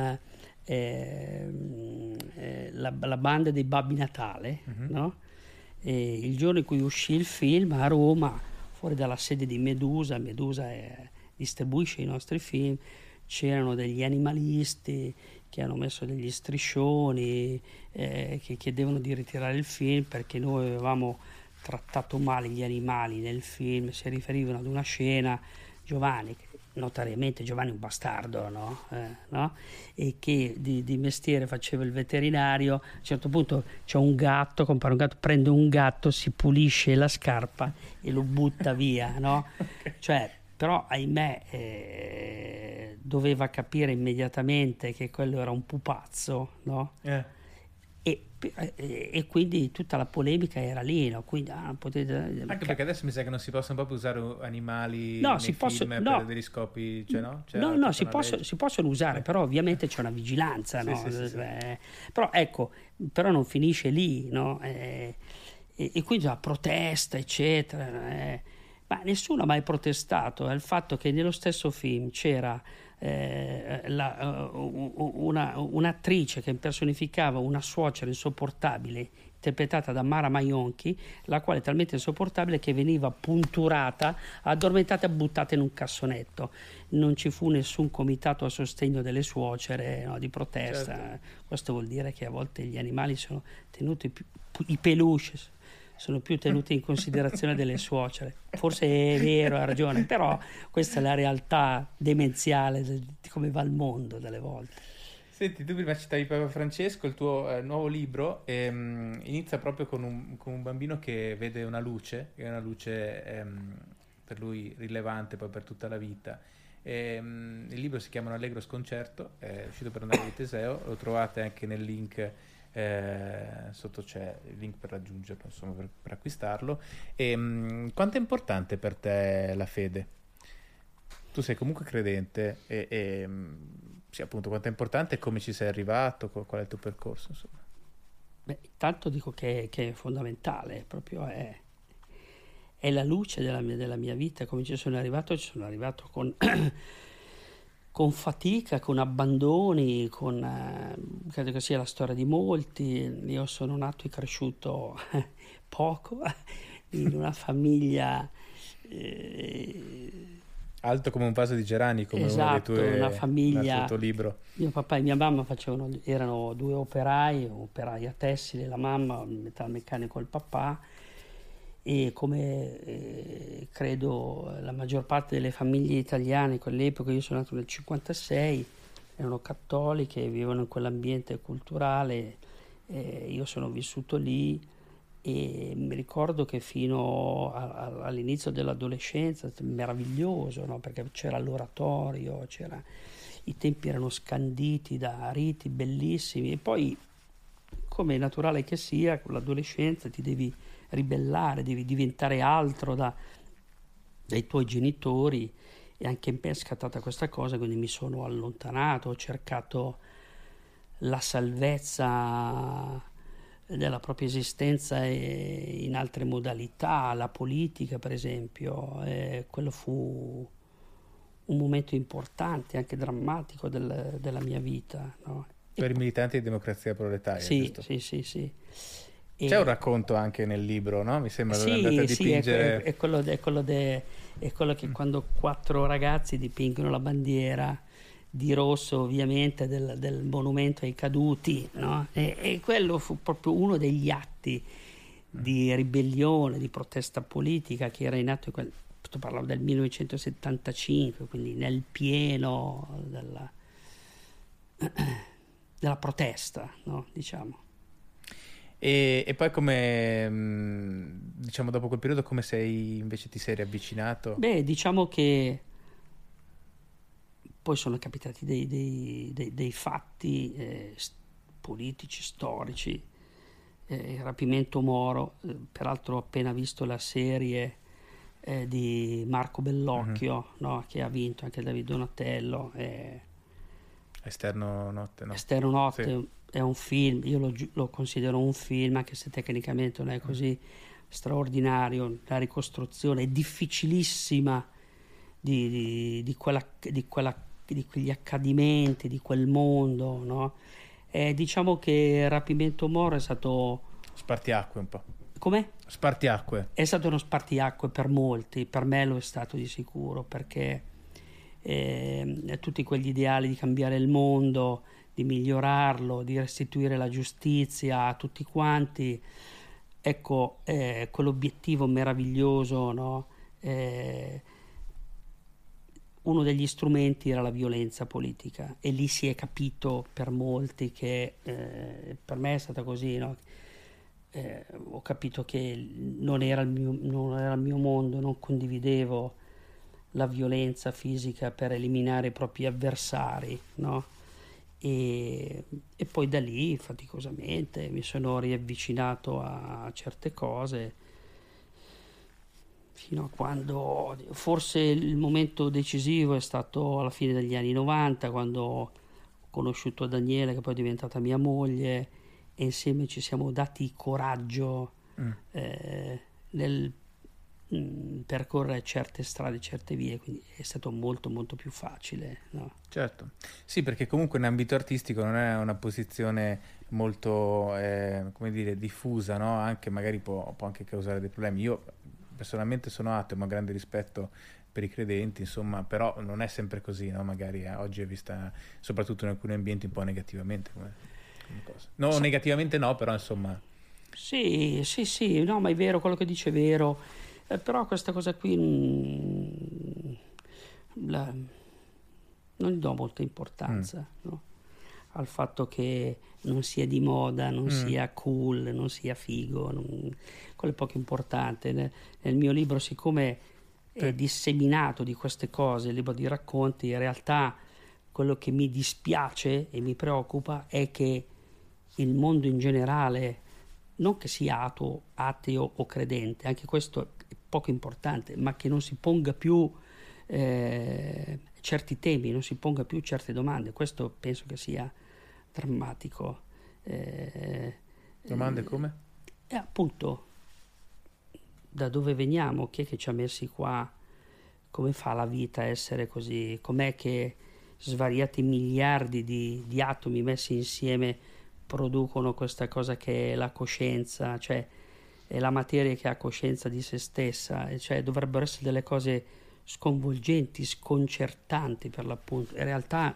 eh, eh, la, la banda dei Babbi Natale, uh-huh. no? E il giorno in cui uscì il film a Roma, fuori dalla sede di Medusa, Medusa è, distribuisce i nostri film, c'erano degli animalisti che hanno messo degli striscioni eh, che chiedevano di ritirare il film perché noi avevamo trattato male gli animali nel film. Si riferivano ad una scena, Giovanni, notariamente Giovanni è un bastardo, no? Eh, no? E che di, di mestiere faceva il veterinario. A un certo punto c'è un gatto, compare un gatto, prende un gatto, si pulisce la scarpa e lo butta via, no? Okay. Cioè, però ahimè eh, doveva capire immediatamente che quello era un pupazzo, no? Yeah. E, e, e quindi tutta la polemica era lì, no? Quindi, ah, potete... Anche perché adesso mi sa che non si possono proprio usare animali no, nei si film posso, per no, degli scopi, cioè no? C'è no, no, si, posso, si possono usare, sì. Però ovviamente c'è una vigilanza, sì, no? Sì, sì, sì. Eh, però ecco, però non finisce lì, no? Eh, e, e quindi la protesta, eccetera, eh. Ma nessuno ha mai protestato al fatto che nello stesso film c'era eh, la, uh, una, un'attrice che impersonificava una suocera insopportabile interpretata da Mara Maionchi, la quale è talmente insopportabile che veniva punturata, addormentata e buttata in un cassonetto. Non ci fu nessun comitato a sostegno delle suocere, no, di protesta. Certo. Questo vuol dire che a volte gli animali sono tenuti più, i peluche sono più tenuti in considerazione delle suocere. Forse è vero, ha ragione, però questa è la realtà demenziale di come va il mondo delle volte. Senti, tu prima citavi Papa Francesco, il tuo eh, nuovo libro ehm, inizia proprio con un, con un bambino che vede una luce, che è una luce ehm, per lui rilevante poi per tutta la vita. Ehm, il libro si chiama Un allegro sconcerto, è uscito per Andrea di Teseo, lo trovate anche nel link. Eh, sotto c'è il link per raggiungerlo, insomma, per, per acquistarlo. E, mh, quanto è importante per te la fede? Tu sei comunque credente e, e mh, sì, appunto, quanto è importante e come ci sei arrivato, qual è il tuo percorso, insomma? Beh, intanto dico che, che è fondamentale, proprio è, è la luce della mia, della mia vita. Come ci sono arrivato? Ci sono arrivato con con fatica, con abbandoni, con eh, credo che sia la storia di molti. Io sono nato e cresciuto poco in una famiglia eh, alto come un vaso di gerani, come esatto, uno dei tuoi, una famiglia. tuo libro. Mio papà e mia mamma facevano, erano due operai, operai a tessile, la mamma metalmeccanico il papà. e come eh, credo la maggior parte delle famiglie italiane a quell'epoca, io sono nato nel cinquantasei, erano cattoliche, vivevano in quell'ambiente culturale, eh, io sono vissuto lì e mi ricordo che fino a, a, all'inizio dell'adolescenza, meraviglioso, no? Perché c'era l'oratorio, c'era, i tempi erano scanditi da riti bellissimi, e poi, come è naturale che sia, con l'adolescenza ti devi ribellare, devi diventare altro da, dai tuoi genitori, e anche in me è scattata questa cosa, quindi mi sono allontanato, ho cercato la salvezza della propria esistenza in altre modalità, la politica per esempio, e quello fu un momento importante, anche drammatico del, della mia vita, no? Per i militanti di Democrazia Proletaria, sì, giusto? Sì, sì, sì. C'è un racconto anche nel libro, no? Mi sembra dove sì, andate a Sì, dipingere. è, è, quello, de, è, quello de, è quello che mm. quando quattro ragazzi dipingono la bandiera di rosso, ovviamente, del, del monumento ai caduti, no? E, e quello fu proprio uno degli atti mm. di ribellione, di protesta politica che era in atto, quel, parlavo del millenovecentosettantacinque, quindi nel pieno della, della protesta, no? Diciamo. E, e poi come, diciamo, dopo quel periodo come sei, invece ti sei riavvicinato? Beh, diciamo che poi sono capitati dei, dei, dei, dei fatti eh, politici, storici, eh, il rapimento Moro, eh, peraltro ho appena visto la serie eh, di Marco Bellocchio, uh-huh. no? Che ha vinto anche David Donatello. Eh, Esterno Notte, no? Esterno Notte. Sì. È un film, io lo, lo considero un film, anche se tecnicamente non è così straordinario. La ricostruzione è difficilissima di, di, di, quella, di, quella, di quegli accadimenti, di quel mondo, no? E diciamo che il rapimento Moro è stato... Spartiacque un po'. Come? Spartiacque. È stato uno spartiacque per molti, per me lo è stato di sicuro, perché eh, tutti quegli ideali di cambiare il mondo, di migliorarlo, di restituire la giustizia a tutti quanti, ecco, eh, quell'obiettivo meraviglioso, no? Eh, uno degli strumenti era la violenza politica, e lì si è capito per molti che, eh, per me è stata così, no? Eh, ho capito che non era il mio, non era il mio mondo, non condividevo la violenza fisica per eliminare i propri avversari, no? E, e poi da lì faticosamente mi sono riavvicinato a certe cose, fino a quando forse il momento decisivo è stato alla fine degli anni novanta, quando ho conosciuto Daniele, che poi è diventata mia moglie, e insieme ci siamo dati coraggio mm. eh, nel mh, percorrere certe strade, certe vie, quindi è stato molto molto più facile, no? Certo, sì, perché comunque in ambito artistico non è una posizione molto, eh, come dire, diffusa, no? Anche magari può, può anche causare dei problemi. Io personalmente sono ateo, ma ho grande rispetto per i credenti, insomma, però non è sempre così, no? Magari eh, oggi è vista, soprattutto in alcuni ambienti, un po' negativamente come, come cosa. No, sì. Negativamente no, però insomma... Sì, sì, sì, no, ma è vero, quello che dice è vero, eh, però questa cosa qui mh, la, non gli do molta importanza, mm. no? Al fatto che non sia di moda, non mm. sia cool, non sia figo, non, quello è poco importante. Nel, nel mio libro, siccome è sì. disseminato di queste cose, il libro di racconti, in realtà quello che mi dispiace e mi preoccupa è che il mondo in generale, non che sia ateo, ateo o credente, anche questo è poco importante, ma che non si ponga più eh, certi temi, non si ponga più certe domande. Questo penso che sia drammatico. Eh, domande come? E eh, appunto, da dove veniamo, chi è che ci ha messi qua, come fa la vita a essere così, com'è che svariati miliardi di, di atomi messi insieme producono questa cosa che è la coscienza, cioè è la materia che ha coscienza di se stessa, cioè dovrebbero essere delle cose sconvolgenti, sconcertanti per l'appunto. In realtà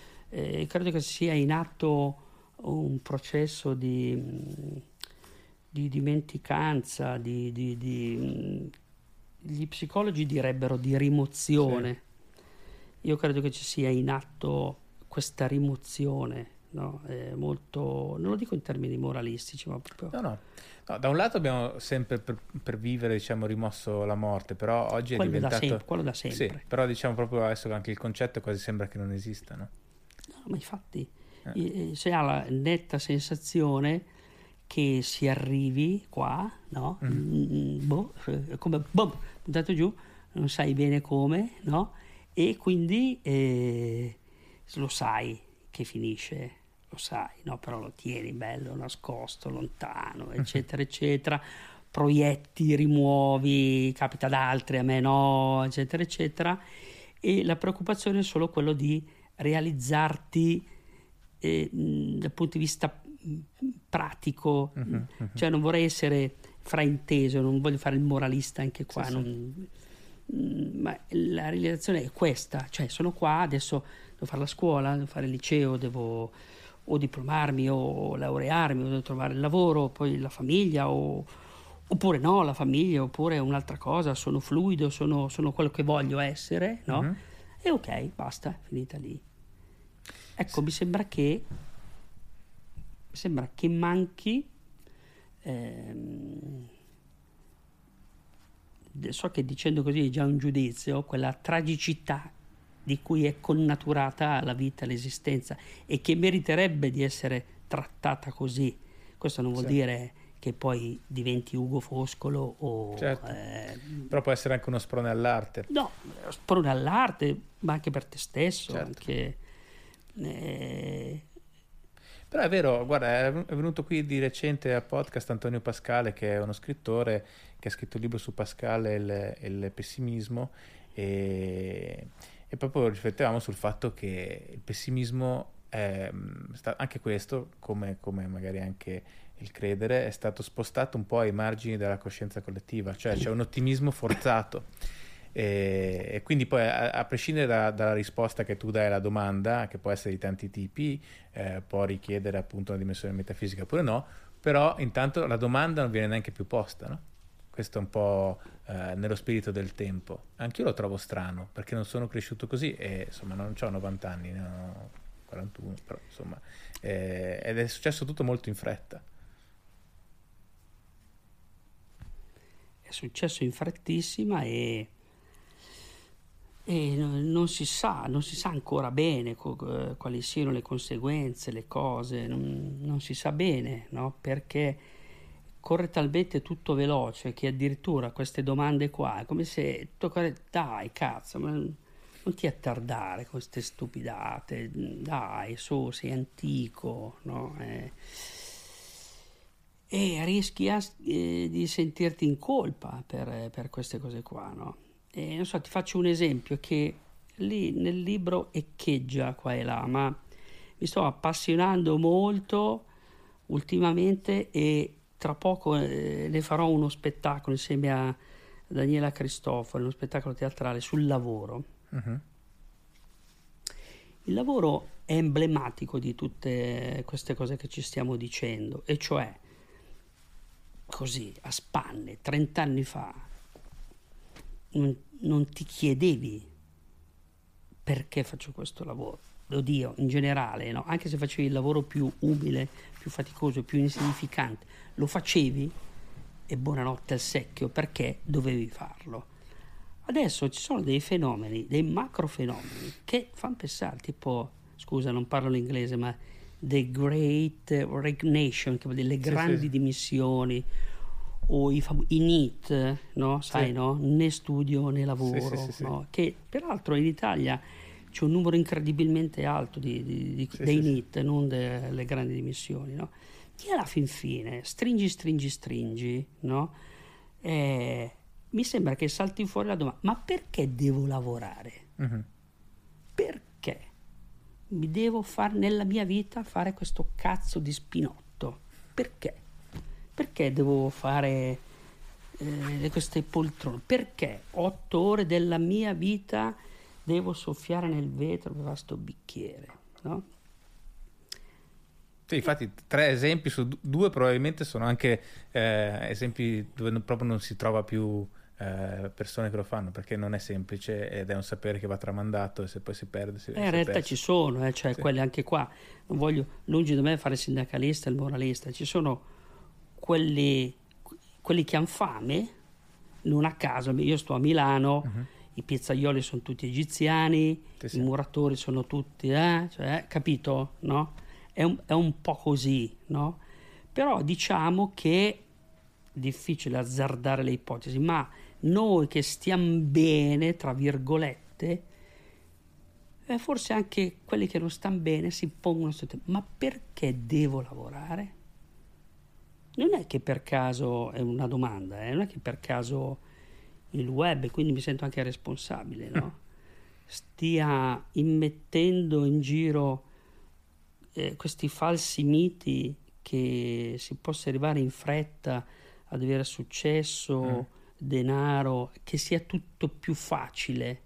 eh, credo che sia in atto un processo di, di dimenticanza, di, di, di mh, gli psicologi direbbero di rimozione. Sì. Io credo che ci sia in atto questa rimozione, no? È molto, non lo dico in termini moralistici, ma proprio... No, no. No, da un lato abbiamo sempre per, per vivere, diciamo, rimosso la morte, però oggi quello è diventato... Da sempre, quello da sempre. Sì, però diciamo proprio adesso anche il concetto quasi sembra che non esista, no? No, ma infatti eh. si ha la netta sensazione che si arrivi qua, no? Mm. Boh, come boh, buttato giù, non sai bene come, no? E quindi eh, lo sai che finisce, lo sai, no? Però lo tieni bello nascosto, lontano, eccetera, eccetera. Proietti, rimuovi, capita ad altri, a me no, eccetera, eccetera. E la preoccupazione è solo quello di realizzarti eh, dal punto di vista pratico, uh-huh, uh-huh. Cioè non vorrei essere frainteso, non voglio fare il moralista anche qua, sì, non, sì. Ma la realizzazione è questa, cioè sono qua, adesso devo fare la scuola, devo fare il liceo, devo o diplomarmi o laurearmi, o devo trovare il lavoro, poi la famiglia o, oppure no, la famiglia oppure un'altra cosa, sono fluido, sono, sono quello che voglio essere, no? Uh-huh. E ok, basta, finita lì. Ecco, sì. mi sembra che mi sembra che manchi ehm, so che dicendo così è già un giudizio, quella tragicità di cui è connaturata la vita, l'esistenza, e che meriterebbe di essere trattata così. Questo non vuol sì. dire che poi diventi Ugo Foscolo o... Certo. Eh, però può essere anche uno sprone all'arte. No, sprone all'arte, ma anche per te stesso. Certo. Anche, eh... Però è vero, guarda, è venuto qui di recente al podcast Antonio Pascale, che è uno scrittore che ha scritto il libro su Pascal e il, e il pessimismo, e, e proprio riflettevamo sul fatto che il pessimismo è, anche questo, come, come magari anche il credere, è stato spostato un po' ai margini della coscienza collettiva, cioè c'è un ottimismo forzato. E, e quindi poi a, a prescindere da, dalla risposta che tu dai alla domanda, che può essere di tanti tipi, eh, può richiedere appunto una dimensione metafisica oppure no, però intanto la domanda non viene neanche più posta, no? Questo è un po' eh, nello spirito del tempo. Anch'io lo trovo strano, perché non sono cresciuto così e insomma non ho novanta anni, ne ho quarantuno, però insomma eh, ed è successo tutto molto in fretta. È successo in frettissima e e non si sa, non si sa ancora bene co- quali siano le conseguenze, le cose, non, non si sa bene, no? Perché corre talmente tutto veloce che addirittura queste domande qua è come se dai cazzo, ma non ti attardare con queste stupidate, dai, su, sei antico, no? Eh, e rischi a, eh, di sentirti in colpa per, per queste cose qua, no? E non so, ti faccio un esempio che lì nel libro echeggia qua e là, ma mi sto appassionando molto ultimamente e tra poco eh, ne farò uno spettacolo insieme a Daniela Cristofori, uno spettacolo teatrale sul lavoro. Uh-huh. Il lavoro è emblematico di tutte queste cose che ci stiamo dicendo, e cioè così a spanne, trent'anni fa non, non ti chiedevi perché faccio questo lavoro, oddio, in generale, no? Anche se facevi il lavoro più umile, più faticoso, più insignificante, lo facevi e buonanotte al secchio perché dovevi farlo. Adesso ci sono dei fenomeni, dei macro fenomeni che fanno pensare, tipo, scusa non parlo l'inglese, ma the great resignation, che vuol dire le sì, grandi sì. dimissioni, o i, fam- i N E E T, no? Sai, sì. no? Né studio né lavoro, sì, sì, sì, no? Sì. Che peraltro in Italia c'è un numero incredibilmente alto di, di, di, sì, dei sì, N E E T, sì. non delle grandi dimissioni, no? E alla fin fine, stringi, stringi, stringi, no? Eh, mi sembra che salti fuori la domanda, ma perché devo lavorare? Uh-huh. Perché mi devo fare nella mia vita fare questo cazzo di spinotto? Perché? Perché devo fare eh, queste poltrone? Perché otto ore della mia vita devo soffiare nel vetro per fare sto bicchiere, no? Sì, infatti tre esempi su du- due probabilmente sono anche eh, esempi dove non- proprio non si trova più eh, persone che lo fanno, perché non è semplice ed è un sapere che va tramandato e se poi si perde si, Eh, in si è realtà ci perso. sono, eh, cioè Sì. quelle anche qua, non voglio, lungi da me fare il sindacalista e il moralista, ci sono quelli, quelli che hanno fame, non a caso, io sto a Milano, Mhm. i pizzaioli sono tutti egiziani, Sì, i sì. muratori sono tutti, eh, cioè, capito? No? È un, è un po' così, no? Però diciamo che è difficile azzardare le ipotesi, ma noi che stiamo bene, tra virgolette, eh, forse anche quelli che non stanno bene si pongono questo tema, ma perché devo lavorare? Non è che per caso, è una domanda, eh, non è che per caso il web, e quindi mi sento anche responsabile, no? Stia immettendo in giro eh, questi falsi miti che si possa arrivare in fretta ad avere successo, Mm. denaro, che sia tutto più facile.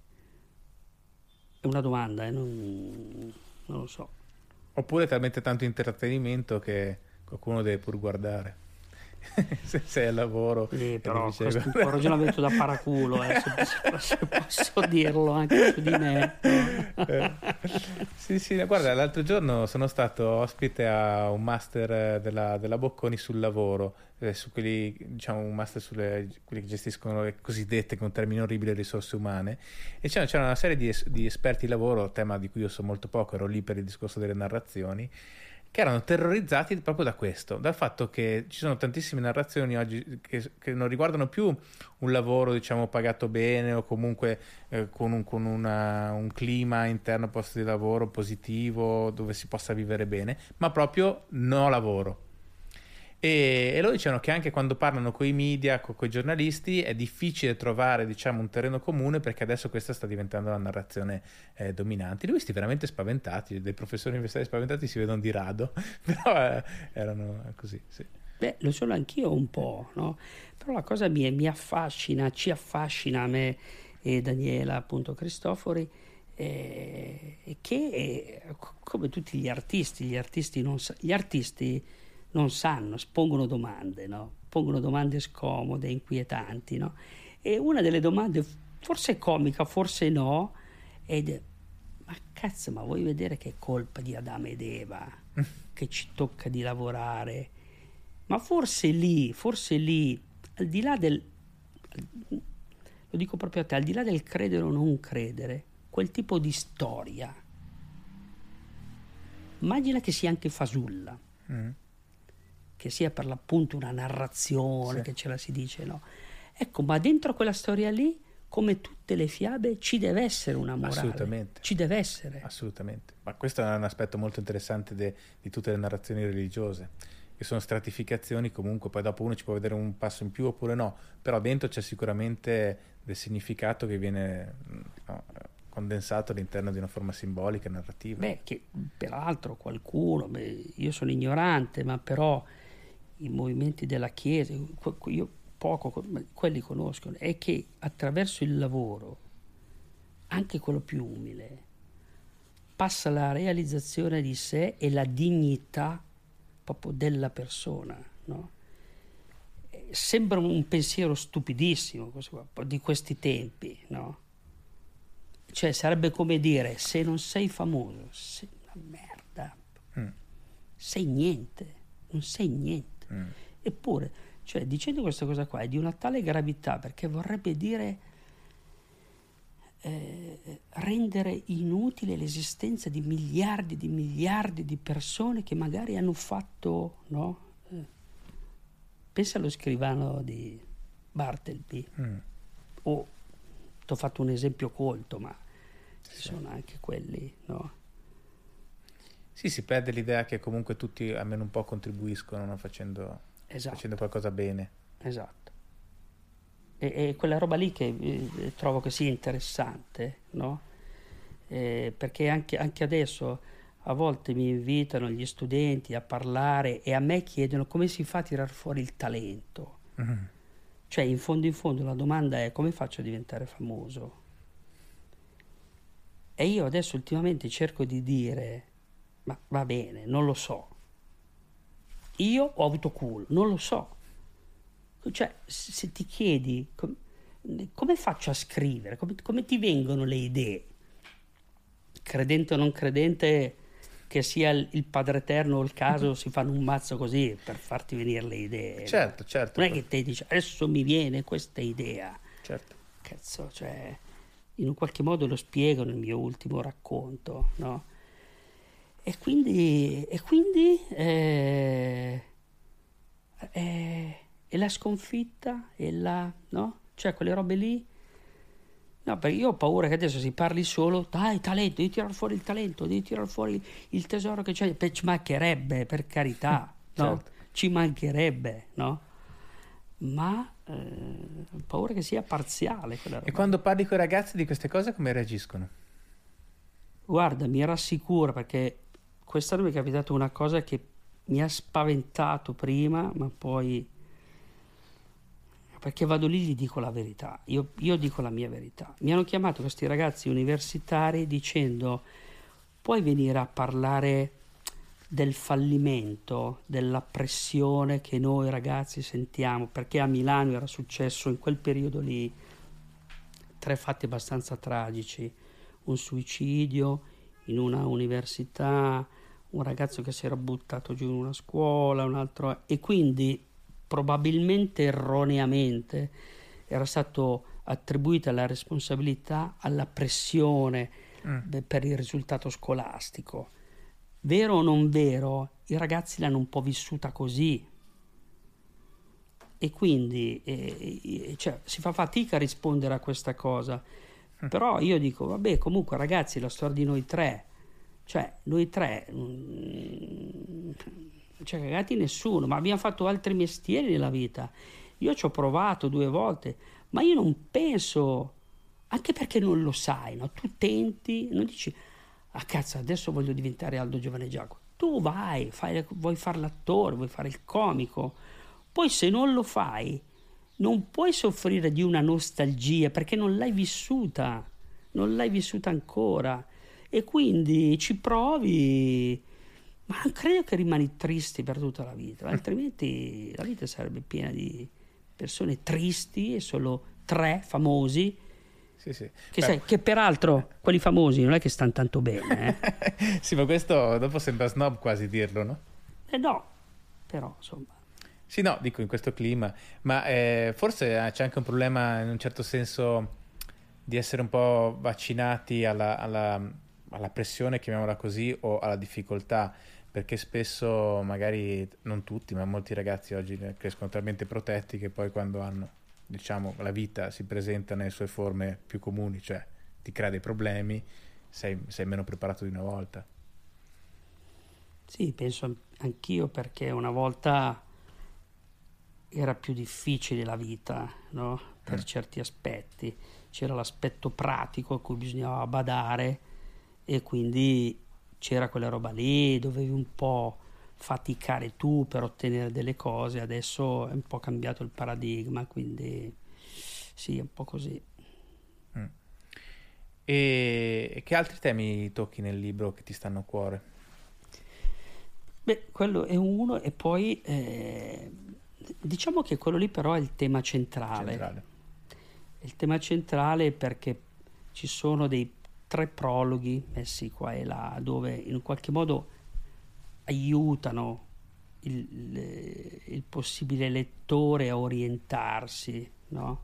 È una domanda, eh, non, non lo so. Oppure talmente tanto intrattenimento che qualcuno deve pur guardare. se sei al lavoro Eh, è però difficile questo è un guardare. po' ragionamento da paraculo, eh, se, se- se posso dirlo anche su di me. No? Eh, sì, sì, guarda, l'altro giorno sono stato ospite a un master eh, della, della Bocconi sul lavoro, eh, su quelli, diciamo, un master sulle quelli che gestiscono le cosiddette, con un termine orribile, risorse umane, e c'era, c'era una serie di, es- di esperti di lavoro, tema di cui io so molto poco, ero lì per il discorso delle narrazioni, che erano terrorizzati proprio da questo, dal fatto che ci sono tantissime narrazioni oggi che, che non riguardano più un lavoro, diciamo, pagato bene o comunque eh, con, un, con una- un clima interno al posto di lavoro positivo dove si possa vivere bene, ma proprio no lavoro. E, e loro dicevano che anche quando parlano con i media, con i giornalisti, è difficile trovare, diciamo, un terreno comune, perché adesso questa sta diventando la narrazione eh, dominante. Li ho visti veramente spaventati, dei professori universitari spaventati si vedono di rado, però eh, erano così, sì. Beh, lo sono anch'io un po', no? Però la cosa mi, mi affascina, ci affascina a me e Daniela, appunto Cristofori, eh, è che eh, co- come tutti gli artisti, gli artisti non, sa- gli artisti non sanno, pongono domande, no? Pongono domande scomode, inquietanti, no? E una delle domande, forse comica, forse no, ed è: ma cazzo, ma vuoi vedere che è colpa di Adamo ed Eva che ci tocca di lavorare? Ma forse lì, forse lì, al di là del, lo dico proprio a te, al di là del credere o non credere, quel tipo di storia, immagina che sia anche fasulla, Mm. che sia per l'appunto una narrazione, Sì. che ce la si dice, no? Ecco, ma dentro quella storia lì, come tutte le fiabe, ci deve essere una morale. Assolutamente. Ci deve essere. Assolutamente, ma questo è un aspetto molto interessante de- di tutte le narrazioni religiose, che sono stratificazioni. Comunque poi dopo uno ci può vedere un passo in più oppure no, però dentro c'è sicuramente del significato che viene mm, no, condensato all'interno di una forma simbolica, narrativa. Beh, che peraltro qualcuno, beh, io sono ignorante, ma però i movimenti della Chiesa, que- que- io poco, co- ma quelli conoscono, è che attraverso il lavoro, anche quello più umile, passa la realizzazione di sé e la dignità proprio della persona, no? Eh, Sembra un pensiero stupidissimo questo qua, di questi tempi, no? Cioè sarebbe come dire: se non sei famoso, sei una merda, Mm, sei niente, non sei niente. mm. Eppure, cioè, dicendo questa cosa qua è di una tale gravità, perché vorrebbe dire eh, rendere inutile l'esistenza di miliardi di miliardi di persone che magari hanno fatto, no? Eh, pensa allo scrivano di Bartleby, Mm. o ti ho fatto un esempio colto, ma ci Sì. sono anche quelli, no? Sì, si perde l'idea che comunque tutti almeno un po' contribuiscono, no? facendo, Esatto. facendo qualcosa bene. Esatto. E, e quella roba lì che eh, trovo che sia interessante, no? Eh, perché anche, anche adesso a volte mi invitano gli studenti a parlare e a me chiedono come si fa a tirar fuori il talento. Mm. Cioè, in fondo in fondo la domanda è: come faccio a diventare famoso? E io adesso ultimamente cerco di dire: ma va bene, non lo so, io ho avuto culo, non lo so. Cioè, se ti chiedi com- come faccio a scrivere, come, come ti vengono le idee, credente o non credente che sia il, il Padre Eterno o il caso, si fanno un mazzo così per farti venire le idee. Certo, certo. Non è che te dici adesso mi viene questa idea. Certo. Cazzo, cioè, in un qualche modo lo spiego nel mio ultimo racconto, no? E quindi, e quindi eh, eh, e la sconfitta e la, no? Cioè quelle robe lì. No, perché io ho paura che adesso si parli solo, dai, talento, devi tirare fuori il talento, devi tirare fuori il tesoro che c'è. Ci mancherebbe, per carità, no? Certo. Ci mancherebbe, no? Ma eh, ho paura che sia parziale quella roba. E quando parli con i ragazzi di queste cose, come reagiscono? Guarda, mi rassicura, perché quest'anno mi è capitata una cosa che mi ha spaventato prima, ma poi... perché vado lì e gli dico la verità, io, io dico la mia verità. Mi hanno chiamato questi ragazzi universitari dicendo: puoi venire a parlare del fallimento, della pressione che noi ragazzi sentiamo, perché a Milano era successo in quel periodo lì tre fatti abbastanza tragici, un suicidio in una università, un ragazzo che si era buttato giù in una scuola, un altro, e quindi probabilmente erroneamente era stato attribuita la responsabilità alla pressione mm. per il risultato scolastico. Vero o non vero, i ragazzi l'hanno un po' vissuta così, e quindi eh, cioè, si fa fatica a rispondere a questa cosa. Mm. Però io dico, vabbè, comunque ragazzi, la storia di noi tre, cioè noi tre mm, cioè cagati nessuno, ma abbiamo fatto altri mestieri nella vita. Io ci ho provato due volte, ma io non penso, anche perché non lo sai, no? Tu tenti, non dici ah cazzo adesso voglio diventare Aldo Giovanni Giacomo. Tu vai, fai, vuoi fare l'attore, vuoi fare il comico, poi se non lo fai non puoi soffrire di una nostalgia perché non l'hai vissuta, non l'hai vissuta ancora, e quindi ci provi. Ma credo che rimani tristi per tutta la vita, altrimenti la vita sarebbe piena di persone tristi e solo tre famosi. Sì, sì. Che, sai, che peraltro quelli famosi non è che stanno tanto bene. Eh? Sì, ma questo dopo sembra snob quasi dirlo, no? Eh no, però insomma. Sì, no, dico in questo clima, ma eh, forse c'è anche un problema in un certo senso di essere un po' vaccinati alla, alla, alla pressione, chiamiamola così, o alla difficoltà. Perché spesso magari non tutti ma molti ragazzi oggi crescono talmente protetti che poi quando hanno, diciamo, la vita si presenta nelle sue forme più comuni, cioè ti crea dei problemi, sei, sei meno preparato di una volta. Sì, penso anch'io, perché una volta era più difficile la vita, no? Per mm. certi aspetti c'era l'aspetto pratico a cui bisognava badare, e quindi c'era quella roba lì, dovevi un po' faticare tu per ottenere delle cose. Adesso è un po' cambiato il paradigma, quindi sì, è un po' così. Mm. E che altri temi tocchi nel libro che ti stanno a cuore? Beh, quello è uno, e poi eh, diciamo che quello lì però è il tema centrale. centrale. Il tema centrale perché ci sono dei tre prologhi messi qua e là, dove in qualche modo aiutano il, il, il possibile lettore a orientarsi, no?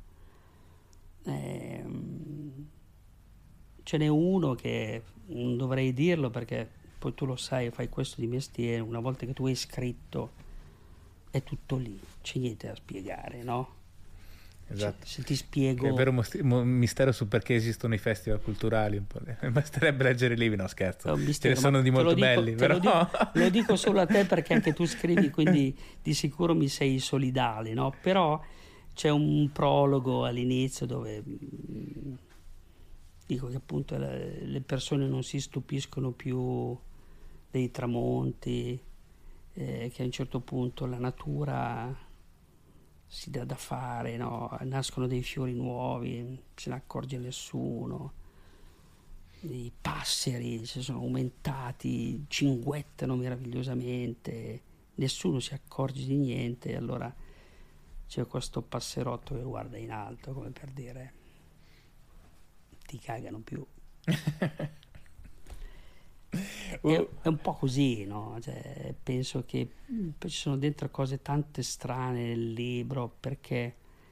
Ehm, ce n'è uno che non dovrei dirlo perché poi tu lo sai, fai questo di mestiere, una volta che tu hai scritto è tutto lì, c'è niente da spiegare, no? Esatto. Se, se ti spiego, che è il vero mistero su perché esistono i festival culturali, un po'. Basterebbe leggere i libri, no scherzo, mistero, ce ne sono di molto dico, belli, però lo dico, lo dico solo a te perché anche tu scrivi, quindi di sicuro mi sei solidale, no? Però c'è un prologo all'inizio dove mh, dico che appunto le, le persone non si stupiscono più dei tramonti, eh, che a un certo punto la natura si dà da fare, no? Nascono dei fiori nuovi, non se ne accorge nessuno, i passeri si sono aumentati, cinguettano meravigliosamente, nessuno si accorge di niente, e allora c'è questo passerotto che guarda in alto come per dire ti cagano più. È, è un po' così, no? Cioè, penso che ci sono dentro cose tante strane nel libro, perché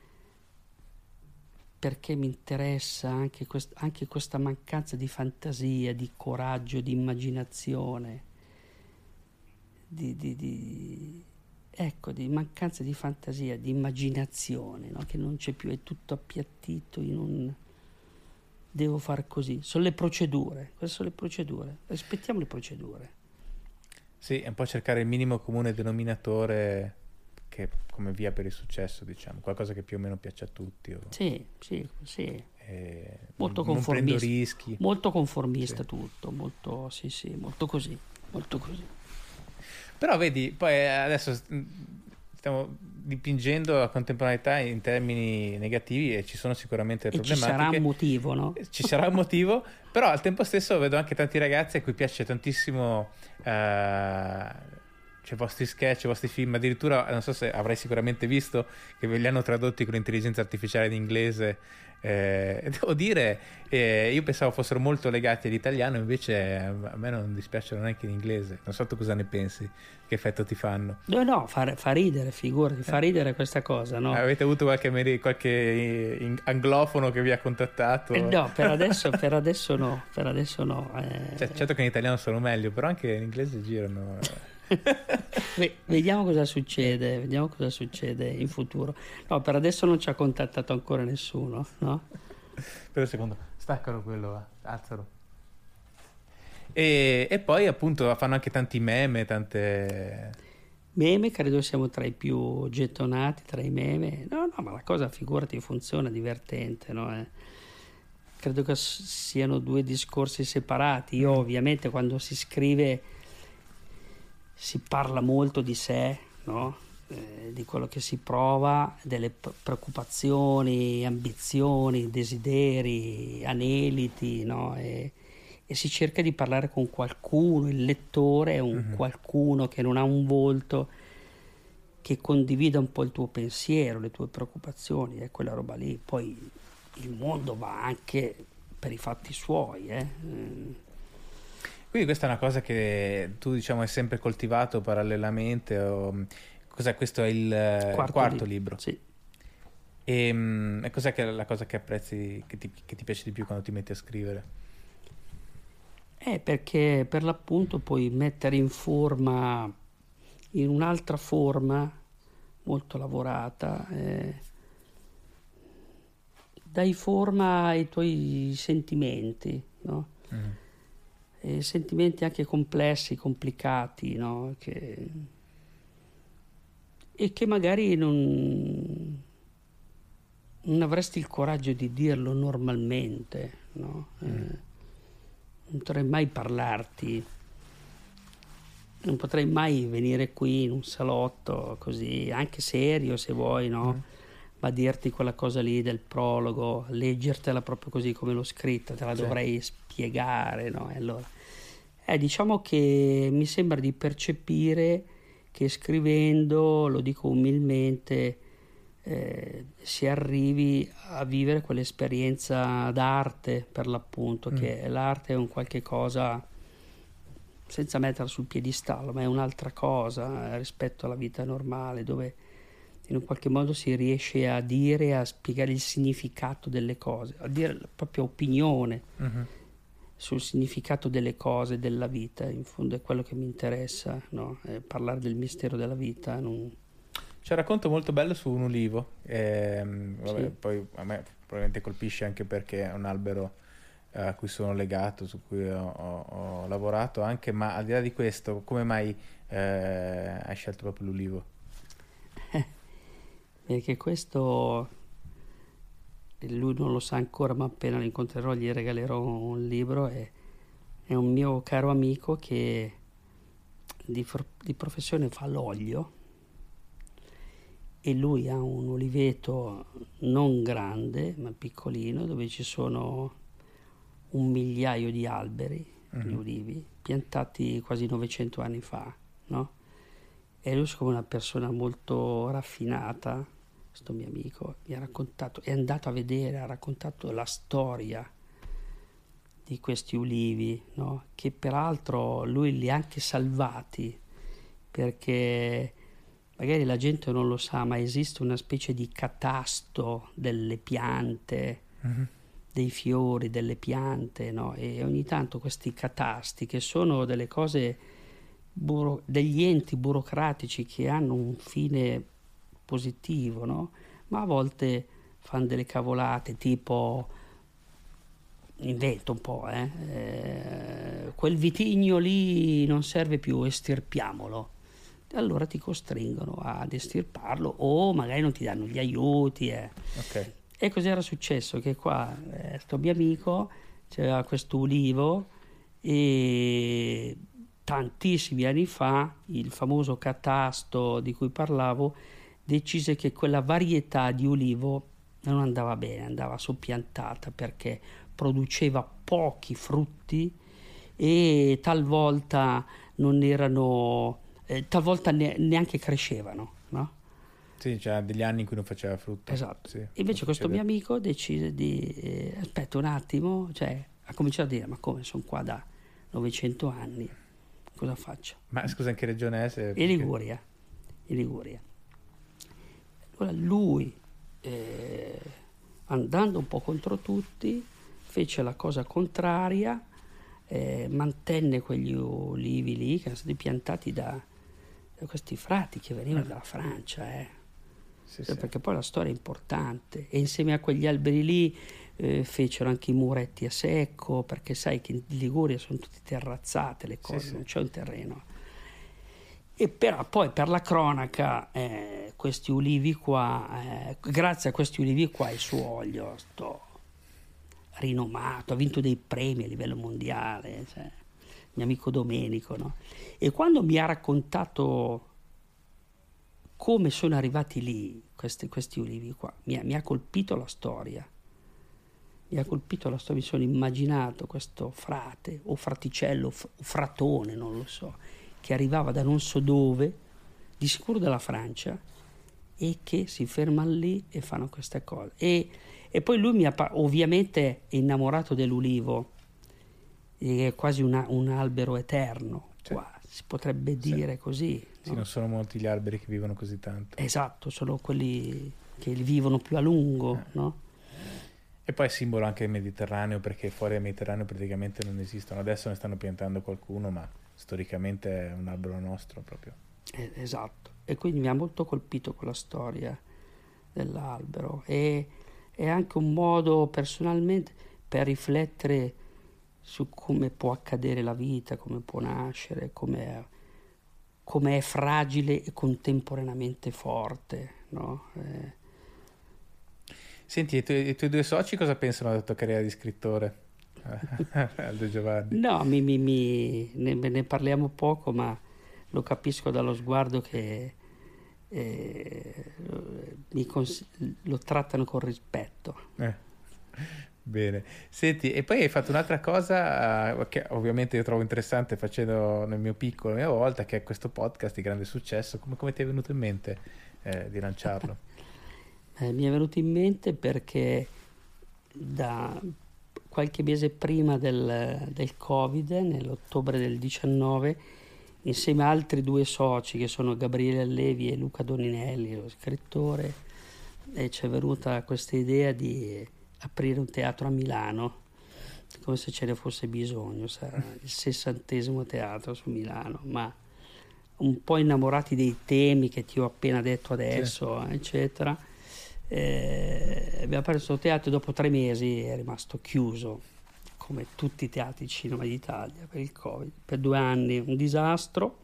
perché mi interessa anche, quest- anche questa mancanza di fantasia, di coraggio, di immaginazione, di, di, di ecco, di mancanza di fantasia, di immaginazione, no? Che non c'è più, è tutto appiattito in un devo fare così. Sono le procedure, queste sono le procedure, rispettiamo le procedure. Sì, è un po' cercare il minimo comune denominatore che come via per il successo, diciamo, qualcosa che più o meno piace a tutti. O... Sì, sì, sì. Eh, molto non conformista, prendo rischi. Molto conformista, sì. tutto, molto, sì, sì, molto così, molto così. Però vedi, poi adesso stiamo dipingendo la contemporaneità in termini negativi e ci sono sicuramente e problematiche. Ci sarà un motivo, no? Ci sarà un motivo, però al tempo stesso vedo anche tanti ragazzi a cui piace tantissimo uh, cioè i vostri sketch, i vostri film, addirittura non so se avrai sicuramente visto che ve li hanno tradotti con l'intelligenza artificiale in inglese. Eh, devo dire, eh, io pensavo fossero molto legati all'italiano, invece a me non dispiacciono neanche in inglese. Non so tu cosa ne pensi, che effetto ti fanno? No, no, fa, fa ridere, figurati, fa ridere questa cosa, no? Avete avuto qualche, qualche anglofono che vi ha contattato? Eh, no, per adesso, per adesso no, per adesso no. Eh... Cioè, certo che in italiano sono meglio, però anche in inglese girano. Beh, vediamo cosa succede, vediamo cosa succede in futuro. No, per adesso non ci ha contattato ancora nessuno, no? Per un secondo, staccalo quello, alzalo. E, e poi appunto fanno anche tanti meme, tante... Meme, credo siamo tra i più gettonati, tra i meme. No, no, ma la cosa, figurati, funziona, divertente, no? Eh, credo che siano due discorsi separati. Io ovviamente quando si scrive si parla molto di sé, no? Eh, di quello che si prova, delle preoccupazioni, ambizioni, desideri, aneliti, no? E, e si cerca di parlare con qualcuno, il lettore è un mm-hmm. qualcuno che non ha un volto, che condivida un po' il tuo pensiero, le tue preoccupazioni, è quella roba lì. Poi il mondo va anche per i fatti suoi, eh. Quindi questa è una cosa che tu, diciamo, hai sempre coltivato parallelamente, o... cos'è, questo è il quarto, quarto libro? libro? Sì. E, e cos'è che è la cosa che apprezzi, che ti, che ti piace di più quando ti metti a scrivere? Eh, perché per l'appunto puoi mettere in forma, in un'altra forma molto lavorata, eh, dai forma ai tuoi sentimenti, no? Mm. E sentimenti anche complessi, complicati, no? Che, e che magari non, non avresti il coraggio di dirlo normalmente, no? Mm. Eh, non potrei mai parlarti, non potrei mai venire qui in un salotto così, anche serio se vuoi, no? Mm. Ma dirti quella cosa lì del prologo, leggertela proprio così come l'ho scritta, te la sì. dovrei spiegare, no? E allora, eh, diciamo che mi sembra di percepire che scrivendo, lo dico umilmente, eh, si arrivi a vivere quell'esperienza d'arte, per l'appunto, mm. che l'arte è un qualche cosa, senza metterla sul piedistallo, ma è un'altra cosa rispetto alla vita normale, dove in un qualche modo si riesce a dire, a spiegare il significato delle cose, a dire la propria opinione mm-hmm. sul significato delle cose, della vita. In fondo è quello che mi interessa, no? È parlare del mistero della vita. Non... C'è un racconto molto bello su un ulivo, ehm, vabbè, sì. Poi a me probabilmente colpisce anche perché è un albero eh, a cui sono legato, su cui ho, ho, ho lavorato anche, ma al di là di questo, come mai eh, hai scelto proprio l'ulivo? Perché questo lui non lo sa ancora, ma appena lo incontrerò gli regalerò un libro. E è un mio caro amico che di, for- di professione fa l'olio, e lui ha un oliveto non grande ma piccolino, dove ci sono un migliaio di alberi, mm-hmm. di ulivi, piantati quasi novecento anni fa, no? E lui, siccome è una persona molto raffinata, questo mio amico, mi ha raccontato, è andato a vedere, ha raccontato la storia di questi ulivi, no? Che peraltro lui li ha anche salvati, perché magari la gente non lo sa, ma esiste una specie di catasto delle piante, mm-hmm. dei fiori, delle piante, no? E ogni tanto questi catasti, che sono delle cose, buro- degli enti burocratici che hanno un fine positivo, no? Ma a volte fanno delle cavolate, tipo, invento un po', eh? Eh, quel vitigno lì non serve più, estirpiamolo. Allora ti costringono ad estirparlo, o magari non ti danno gli aiuti. Eh. Okay. E cos'era successo? Che qua, eh, sto mio amico, c'era questo ulivo, e tantissimi anni fa il famoso catasto di cui parlavo decise che quella varietà di ulivo non andava bene, andava soppiantata perché produceva pochi frutti e talvolta non erano... Eh, talvolta ne, neanche crescevano, no? Sì, c'era degli anni in cui non faceva frutto. Esatto. Sì, invece questo mio amico decise di eh, aspetta un attimo, cioè ha cominciato a dire: ma come, sono qua da novecento anni, cosa faccio? Ma scusa, in che regione è? Se... In Liguria, in Liguria. Allora lui, eh, andando un po' contro tutti, fece la cosa contraria, eh, mantenne quegli ulivi lì che erano stati piantati da questi frati che venivano dalla Francia, eh. sì, cioè, sì. perché poi la storia è importante, e insieme a quegli alberi lì eh, fecero anche i muretti a secco, perché sai che in Liguria sono tutte terrazzate le cose, sì, non sì. c'è un terreno. E però poi, per la cronaca, eh, questi ulivi qua, eh, grazie a questi ulivi qua il suo olio sto rinomato, ha vinto dei premi a livello mondiale, cioè, mio amico Domenico, no? E quando mi ha raccontato come sono arrivati lì questi, questi ulivi qua, mi ha, mi ha colpito la storia, mi ha colpito la storia, mi sono immaginato questo frate o fraticello o fratone, non lo so, che arrivava da non so dove, di sicuro dalla Francia, e che si ferma lì e fanno queste cose. E, e poi lui mi ha, ovviamente è innamorato dell'ulivo, è quasi una, un albero eterno, sì. Qua si potrebbe dire, sì, così. Sì, no? Non sono molti gli alberi che vivono così tanto. Esatto, sono quelli che vivono più a lungo, eh. no? E poi è simbolo anche del Mediterraneo, perché fuori dal Mediterraneo praticamente non esistono. Adesso ne stanno piantando qualcuno, ma storicamente è un albero nostro proprio. Eh, esatto, e quindi mi ha molto colpito quella storia dell'albero, e è anche un modo personalmente per riflettere su come può accadere la vita, come può nascere, come è, come è fragile e contemporaneamente forte, no? Eh. Senti, i tuoi, i tuoi due soci cosa pensano della tua carriera di scrittore? Aldo Giovanni. No, mi, mi, mi, ne, ne parliamo poco, ma lo capisco dallo sguardo che eh, mi cons- lo trattano con rispetto. Eh. Bene, senti, e poi hai fatto un'altra cosa uh, che ovviamente io trovo interessante, facendo nel mio piccolo, la mia volta, che è questo podcast di grande successo. Come, come ti è venuto in mente eh, di lanciarlo? Eh, mi è venuto in mente perché da qualche mese prima del, del Covid, nell'ottobre del diciannove, insieme a altri due soci che sono Gabriele Allevi e Luca Doninelli, lo scrittore, e ci è venuta questa idea di aprire un teatro a Milano, come se ce ne fosse bisogno, sarà il sessantesimo teatro su Milano, ma un po' innamorati dei temi che ti ho appena detto adesso, sì. eccetera. Eh, abbiamo aperto questo teatro e dopo tre mesi è rimasto chiuso, come tutti i teatri di cinema d'Italia, per il Covid, per due anni, un disastro.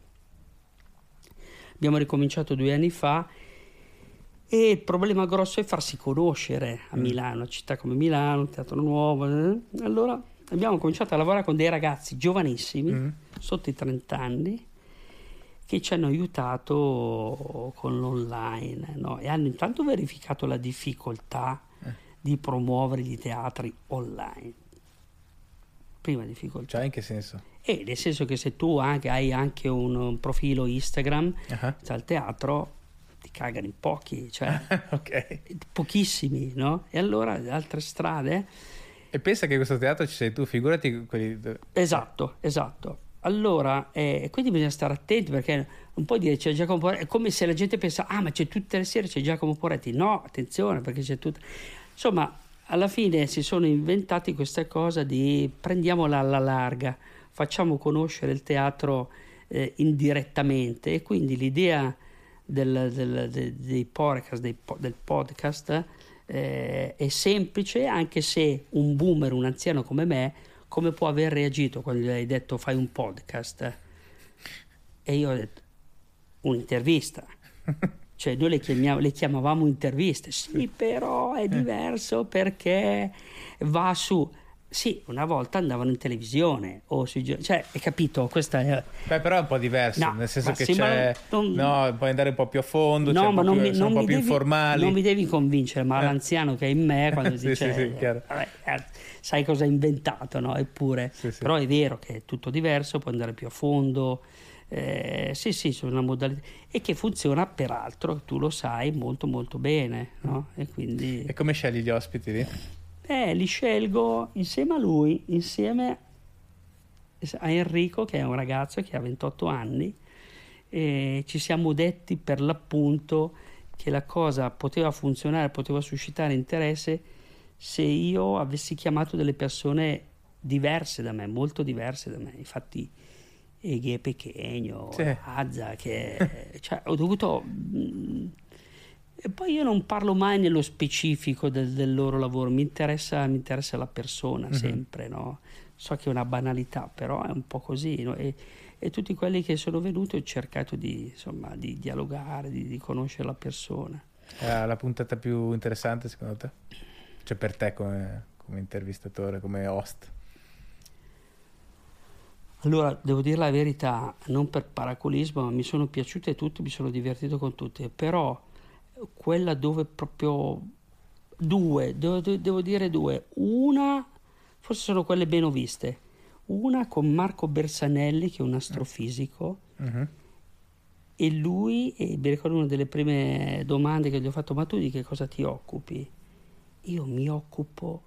Abbiamo ricominciato due anni fa. E il problema grosso è farsi conoscere a Milano, una città come Milano, un teatro nuovo. Eh? Allora abbiamo cominciato a lavorare con dei ragazzi giovanissimi, mm. sotto i trenta anni, che ci hanno aiutato con l'online, no? E hanno intanto verificato la difficoltà eh. di promuovere i teatri online. prima difficoltà. Cioè, in che senso? E nel senso che se tu anche hai anche un, un profilo Instagram, uh-huh. al teatro ti cagano in pochi, cioè okay. pochissimi, no? E allora le altre strade... E pensa che questo teatro ci sei tu, figurati quelli... Esatto, esatto. Allora, eh, quindi bisogna stare attenti, perché non puoi dire c'è Giacomo Poretti, è come se la gente pensa, ah ma c'è tutte le sere c'è Giacomo Poretti. No, attenzione, perché c'è tutto... Insomma, alla fine si sono inventati questa cosa di prendiamola alla larga, facciamo conoscere il teatro eh, indirettamente, e quindi l'idea del, del, del, dei podcast, dei, del podcast eh, è semplice, anche se un boomer, un anziano come me, come può aver reagito quando gli hai detto fai un podcast? E io ho detto un'intervista. Cioè noi le, chiamiamo, le chiamavamo interviste. Sì, però è diverso perché va su... Sì, una volta andavano in televisione o sui... Cioè, hai capito? Questa è... Beh, però è un po' diverso, no, nel senso che sì, c'è... Non... No, puoi andare un po' più a fondo, no, cioè ma un po' non più, mi, sono non un po' mi più devi, informali. Non mi devi convincere, ma eh. l'anziano che è in me, quando sì, dice... sì, sì, chiaro. Vabbè, eh, sai cosa ha inventato, no? Eppure... Sì, sì. Però è vero che è tutto diverso, puoi andare più a fondo... Eh, sì sì, sono una modalità e che funziona peraltro, tu lo sai, molto molto bene, no? E quindi e come scegli gli ospiti lì? Eh, li scelgo insieme a lui, insieme a Enrico, che è un ragazzo che ha ventotto anni, e ci siamo detti per l'appunto che la cosa poteva funzionare, poteva suscitare interesse se io avessi chiamato delle persone diverse da me, molto diverse da me. Infatti Eghe Pechegno, sì. Azza, che cioè, ho dovuto... E poi io non parlo mai nello specifico del, del loro lavoro, mi interessa, mi interessa la persona, mm-hmm. sempre, no? So che è una banalità, però è un po' così, no? E, e tutti quelli che sono venuti ho cercato di, insomma, di dialogare, di, di conoscere la persona. È la puntata più interessante secondo te? Cioè per te come, come intervistatore, come host? Allora, devo dire la verità, non per paracolismo, ma mi sono piaciute tutte, mi sono divertito con tutte, però quella dove proprio due, devo, devo dire due, una, forse sono quelle meno viste, una con Marco Bersanelli, che è un astrofisico, uh-huh. e lui, e mi ricordo una delle prime domande che gli ho fatto, ma tu di che cosa ti occupi? Io mi occupo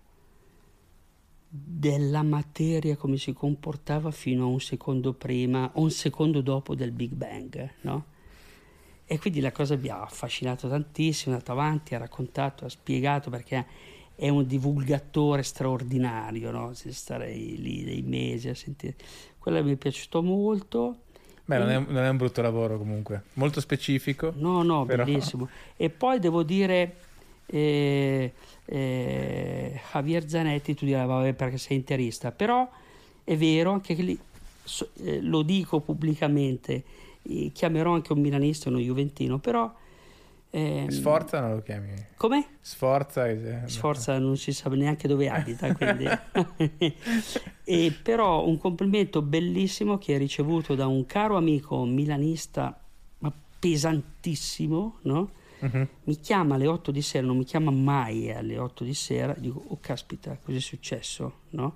della materia come si comportava fino a un secondo prima o un secondo dopo del Big Bang, no? E quindi la cosa mi ha affascinato tantissimo, è andato avanti, ha raccontato, ha spiegato, perché è un divulgatore straordinario, no? Se starei lì dei mesi a sentire. Quello mi è piaciuto molto. Beh, e... non, è, non è un brutto lavoro comunque, molto specifico. No, no, però... bellissimo. E poi devo dire... Eh, eh, Javier Zanetti, tu dirai vabbè perché sei interista, però è vero anche che lì, so, eh, lo dico pubblicamente, eh, chiamerò anche un milanista, uno juventino, però ehm, Sforza non lo chiami? Come? Sforza Sforza non si sa neanche dove abita, quindi e però un complimento bellissimo che ha ricevuto da un caro amico milanista, ma pesantissimo, no? Uh-huh. Mi chiama alle otto di sera, non mi chiama mai alle otto di sera, dico oh caspita, cosa è successo, no?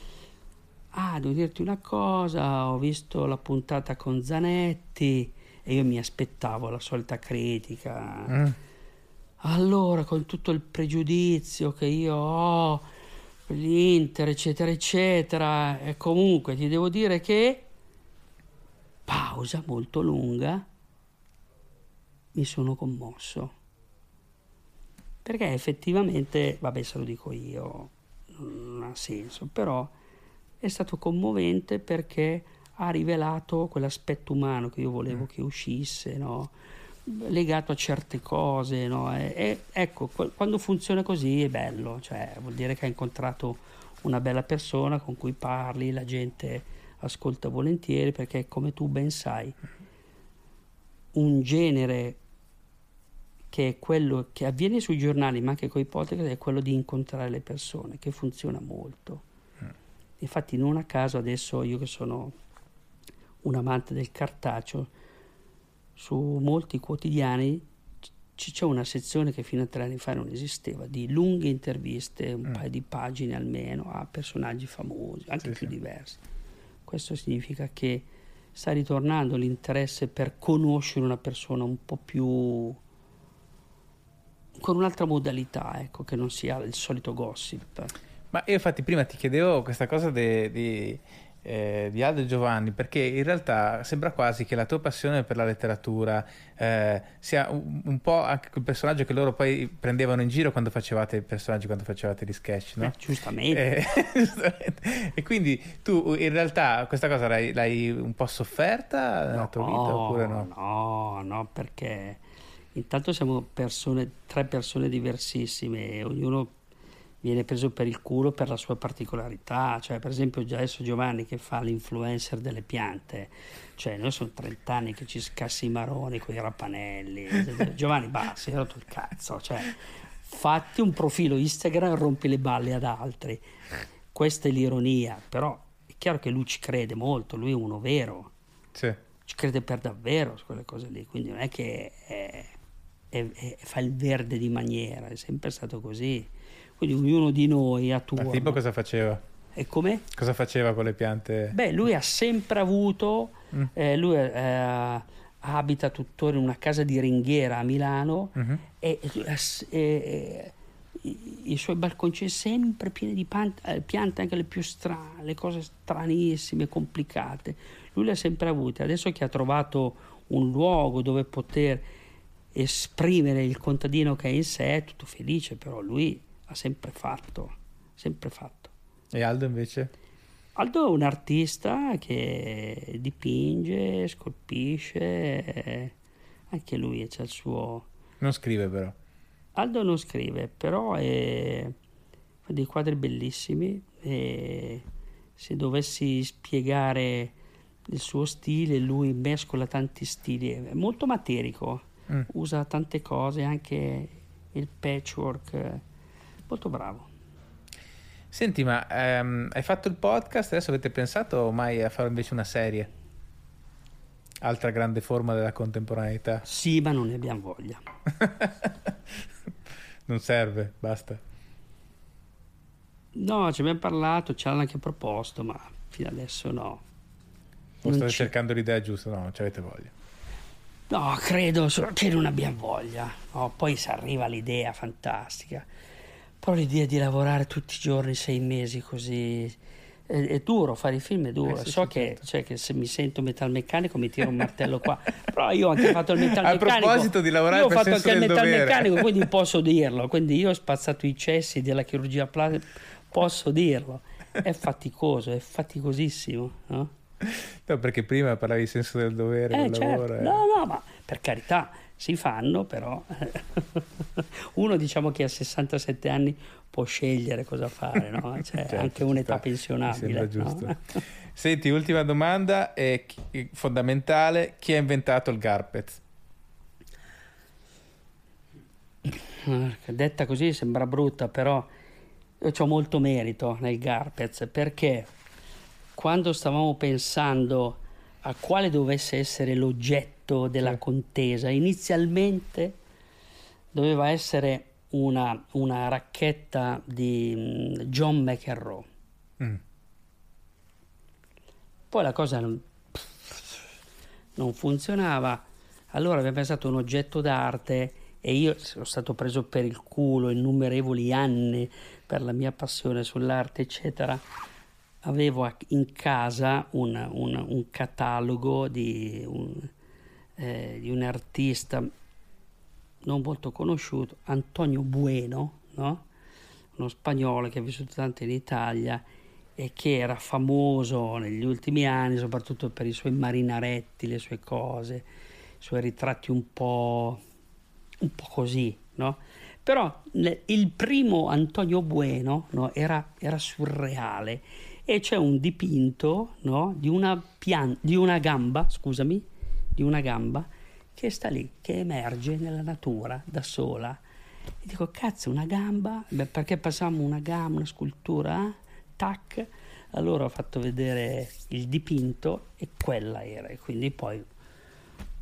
Ah, devo dirti una cosa, ho visto la puntata con Zanetti e io mi aspettavo la solita critica. Uh-huh. Allora, con tutto il pregiudizio che io ho per l'Inter, eccetera eccetera, e comunque ti devo dire che pausa molto lunga, mi sono commosso, perché effettivamente, vabbè, se lo dico io non ha senso, però è stato commovente perché ha rivelato quell'aspetto umano che io volevo mm. che uscisse, no? Legato a certe cose, no? E, e, ecco, quando funziona così è bello, cioè vuol dire che hai incontrato una bella persona con cui parli, la gente ascolta volentieri, perché come tu ben sai, un genere che è quello che avviene sui giornali ma anche con i podcast, è quello di incontrare le persone, che funziona molto. Mm. Infatti non a caso adesso io che sono un amante del cartaceo, su molti quotidiani c'è una sezione che fino a tre anni fa non esisteva, di lunghe interviste, un mm. paio di pagine almeno, a personaggi famosi, anche sì, più sì. diversi. Questo significa che sta ritornando l'interesse per conoscere una persona un po' più, con un'altra modalità, ecco, che non sia il solito gossip. Ma io infatti prima ti chiedevo questa cosa de, di, eh, di Aldo e Giovanni, perché in realtà sembra quasi che la tua passione per la letteratura eh, sia un, un po' anche quel personaggio che loro poi prendevano in giro quando facevate i personaggi, quando facevate gli sketch, no? Eh, giustamente. Eh, giustamente. E quindi tu in realtà questa cosa l'hai, l'hai un po' sofferta nella no, tua vita oppure no? No, no, perché intanto siamo persone, tre persone diversissime e ognuno viene preso per il culo per la sua particolarità. Cioè, per esempio, già adesso Giovanni che fa l'influencer delle piante, cioè noi sono trent'anni che ci scassi i maroni con i rapanelli. Giovanni, basta, hai rotto il cazzo, cioè fatti un profilo Instagram e rompi le balle ad altri. Questa è l'ironia, però è chiaro che lui ci crede molto, lui è uno vero, sì. ci crede per davvero su quelle cose lì, quindi non è che è, è, è, fa il verde di maniera, è sempre stato così. Quindi ognuno di noi a turno. Ma tipo cosa faceva? E come? Cosa faceva con le piante? Beh, lui ha sempre avuto, mm. eh, lui eh, abita tuttora in una casa di ringhiera a Milano mm-hmm. e, e, e i, i suoi balconcini sempre pieni di piante, piante anche le più strane, le cose stranissime, complicate. Lui le ha sempre avute. Adesso che ha trovato un luogo dove poter esprimere il contadino che è in sé, è tutto felice, però lui ha sempre fatto, sempre fatto. E Aldo invece? Aldo è un artista che dipinge, scolpisce, anche lui c'è il suo... Non scrive però. Aldo non scrive, però è... fa dei quadri bellissimi e se dovessi spiegare il suo stile, lui mescola tanti stili, è molto materico, mm. usa tante cose, anche il patchwork, molto bravo. Senti, ma ehm, hai fatto il podcast, adesso avete pensato mai a fare invece una serie? Altra grande forma della contemporaneità. Sì, ma non ne abbiamo voglia. Non serve, basta. No, ci abbiamo parlato, ci hanno anche proposto, ma fino adesso no. O state ci... cercando l'idea giusta? No, non ci avete voglia. No, credo che non abbiamo voglia. No, poi se arriva l'idea fantastica. Però l'idea di lavorare tutti i giorni, sei mesi così, è, è duro, fare i film è duro. Eh sì, so sì, che, certo. Cioè, che se mi sento metalmeccanico mi tiro un martello qua. Però io ho anche fatto il metalmeccanico. A proposito di lavorare io ho per fatto anche il metalmeccanico, dovere. Quindi posso dirlo. Quindi io ho spazzato i cessi della chirurgia plastica, posso dirlo. È faticoso, è faticosissimo, no? No, perché prima parlavi di senso del dovere, eh, del certo. lavoro. Eh. No, no, ma per carità, si fanno, però uno diciamo che a sessantasette anni può scegliere cosa fare, no? Cioè, certo, anche un'età pensionabile. Mi sembra giusto. No? Senti, ultima domanda, è fondamentale: chi ha inventato il Garpez? Detta così sembra brutta, però io ho molto merito nel Garpez, perché quando stavamo pensando a quale dovesse essere l'oggetto della sì. contesa, inizialmente doveva essere una, una racchetta di John McEnroe. Mm. Poi la cosa non, non funzionava, allora abbiamo pensato a un oggetto d'arte e io sono stato preso per il culo innumerevoli anni per la mia passione sull'arte, eccetera. Avevo in casa un, un, un catalogo di un, eh, di un artista non molto conosciuto, Antonio Bueno, no? Uno spagnolo che ha vissuto tanto in Italia e che era famoso negli ultimi anni soprattutto per i suoi marinaretti, le sue cose, i suoi ritratti un po', un po' così, no? Però il primo Antonio Bueno, no, era, era surreale. E c'è un dipinto, no, di una pian- di una gamba, scusami, di una gamba che sta lì, che emerge nella natura da sola. E dico, cazzo, una gamba? Beh, perché passavamo una gamba, una scultura, eh? Tac. Allora ho fatto vedere il dipinto e quella era. E quindi poi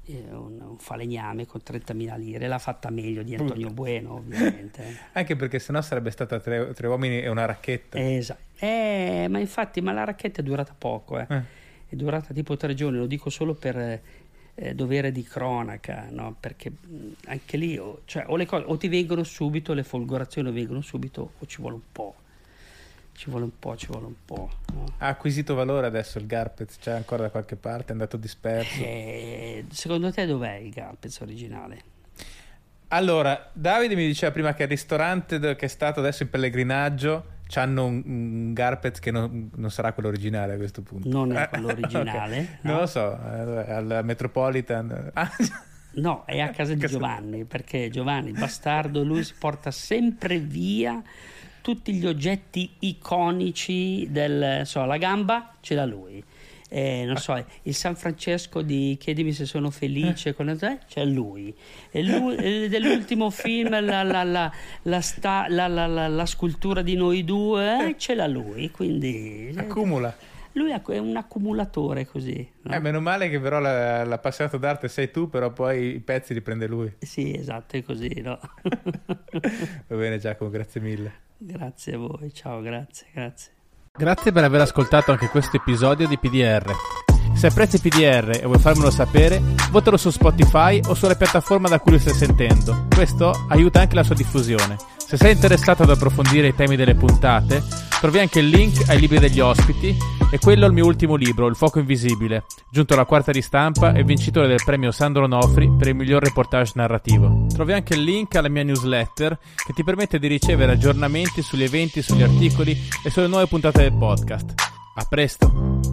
un, un falegname con trentamila lire, l'ha fatta meglio di Antonio Bueno, ovviamente. Anche perché sennò sarebbe stata tre, tre uomini e una racchetta. Esatto. Eh, ma infatti, ma la racchetta è durata poco, eh. Eh. È durata tipo tre giorni, lo dico solo per eh, dovere di cronaca, no? Perché mh, anche lì, o, cioè, o le cose o ti vengono subito, le folgorazioni vengono subito, o ci vuole un po'. Ci vuole un po', ci vuole un po'. No? Ha acquisito valore adesso il Garpez? C'è ancora da qualche parte? È andato disperso? Eh, secondo te dov'è il Garpez originale? Allora, Davide mi diceva prima che al ristorante che è stato adesso in pellegrinaggio c'hanno un, un Garpez che non, non sarà quello originale a questo punto. Non è quello originale? Okay. No? Non lo so, al Metropolitan... Ah. No, è a casa di Giovanni, perché Giovanni, bastardo, lui si porta sempre via tutti gli oggetti iconici del, so, la gamba ce l'ha lui, eh, non so, il San Francesco di Chiedimi se sono felice, con le, c'è lui, e lui dell'ultimo film la, la, la, la, sta, la, la, la, la scultura di noi due, eh, ce l'ha lui, quindi accumula. Lui è un accumulatore così, no? Eh, meno male che però l'appassionato d'arte sei tu, però poi i pezzi li prende lui. Sì, esatto, è così, no? Va bene Giacomo, grazie mille. Grazie a voi, ciao, grazie, grazie. Grazie per aver ascoltato anche questo episodio di P D R. Se apprezzi P D R e vuoi farmelo sapere, votalo su Spotify o sulla piattaforma da cui lo stai sentendo. Questo aiuta anche la sua diffusione. Se sei interessato ad approfondire i temi delle puntate, trovi anche il link ai libri degli ospiti e quello al mio ultimo libro, Il fuoco invisibile, giunto alla quarta ristampa e vincitore del premio Sandro Nofri per il miglior reportage narrativo. Trovi anche il link alla mia newsletter che ti permette di ricevere aggiornamenti sugli eventi, sugli articoli e sulle nuove puntate del podcast. A presto!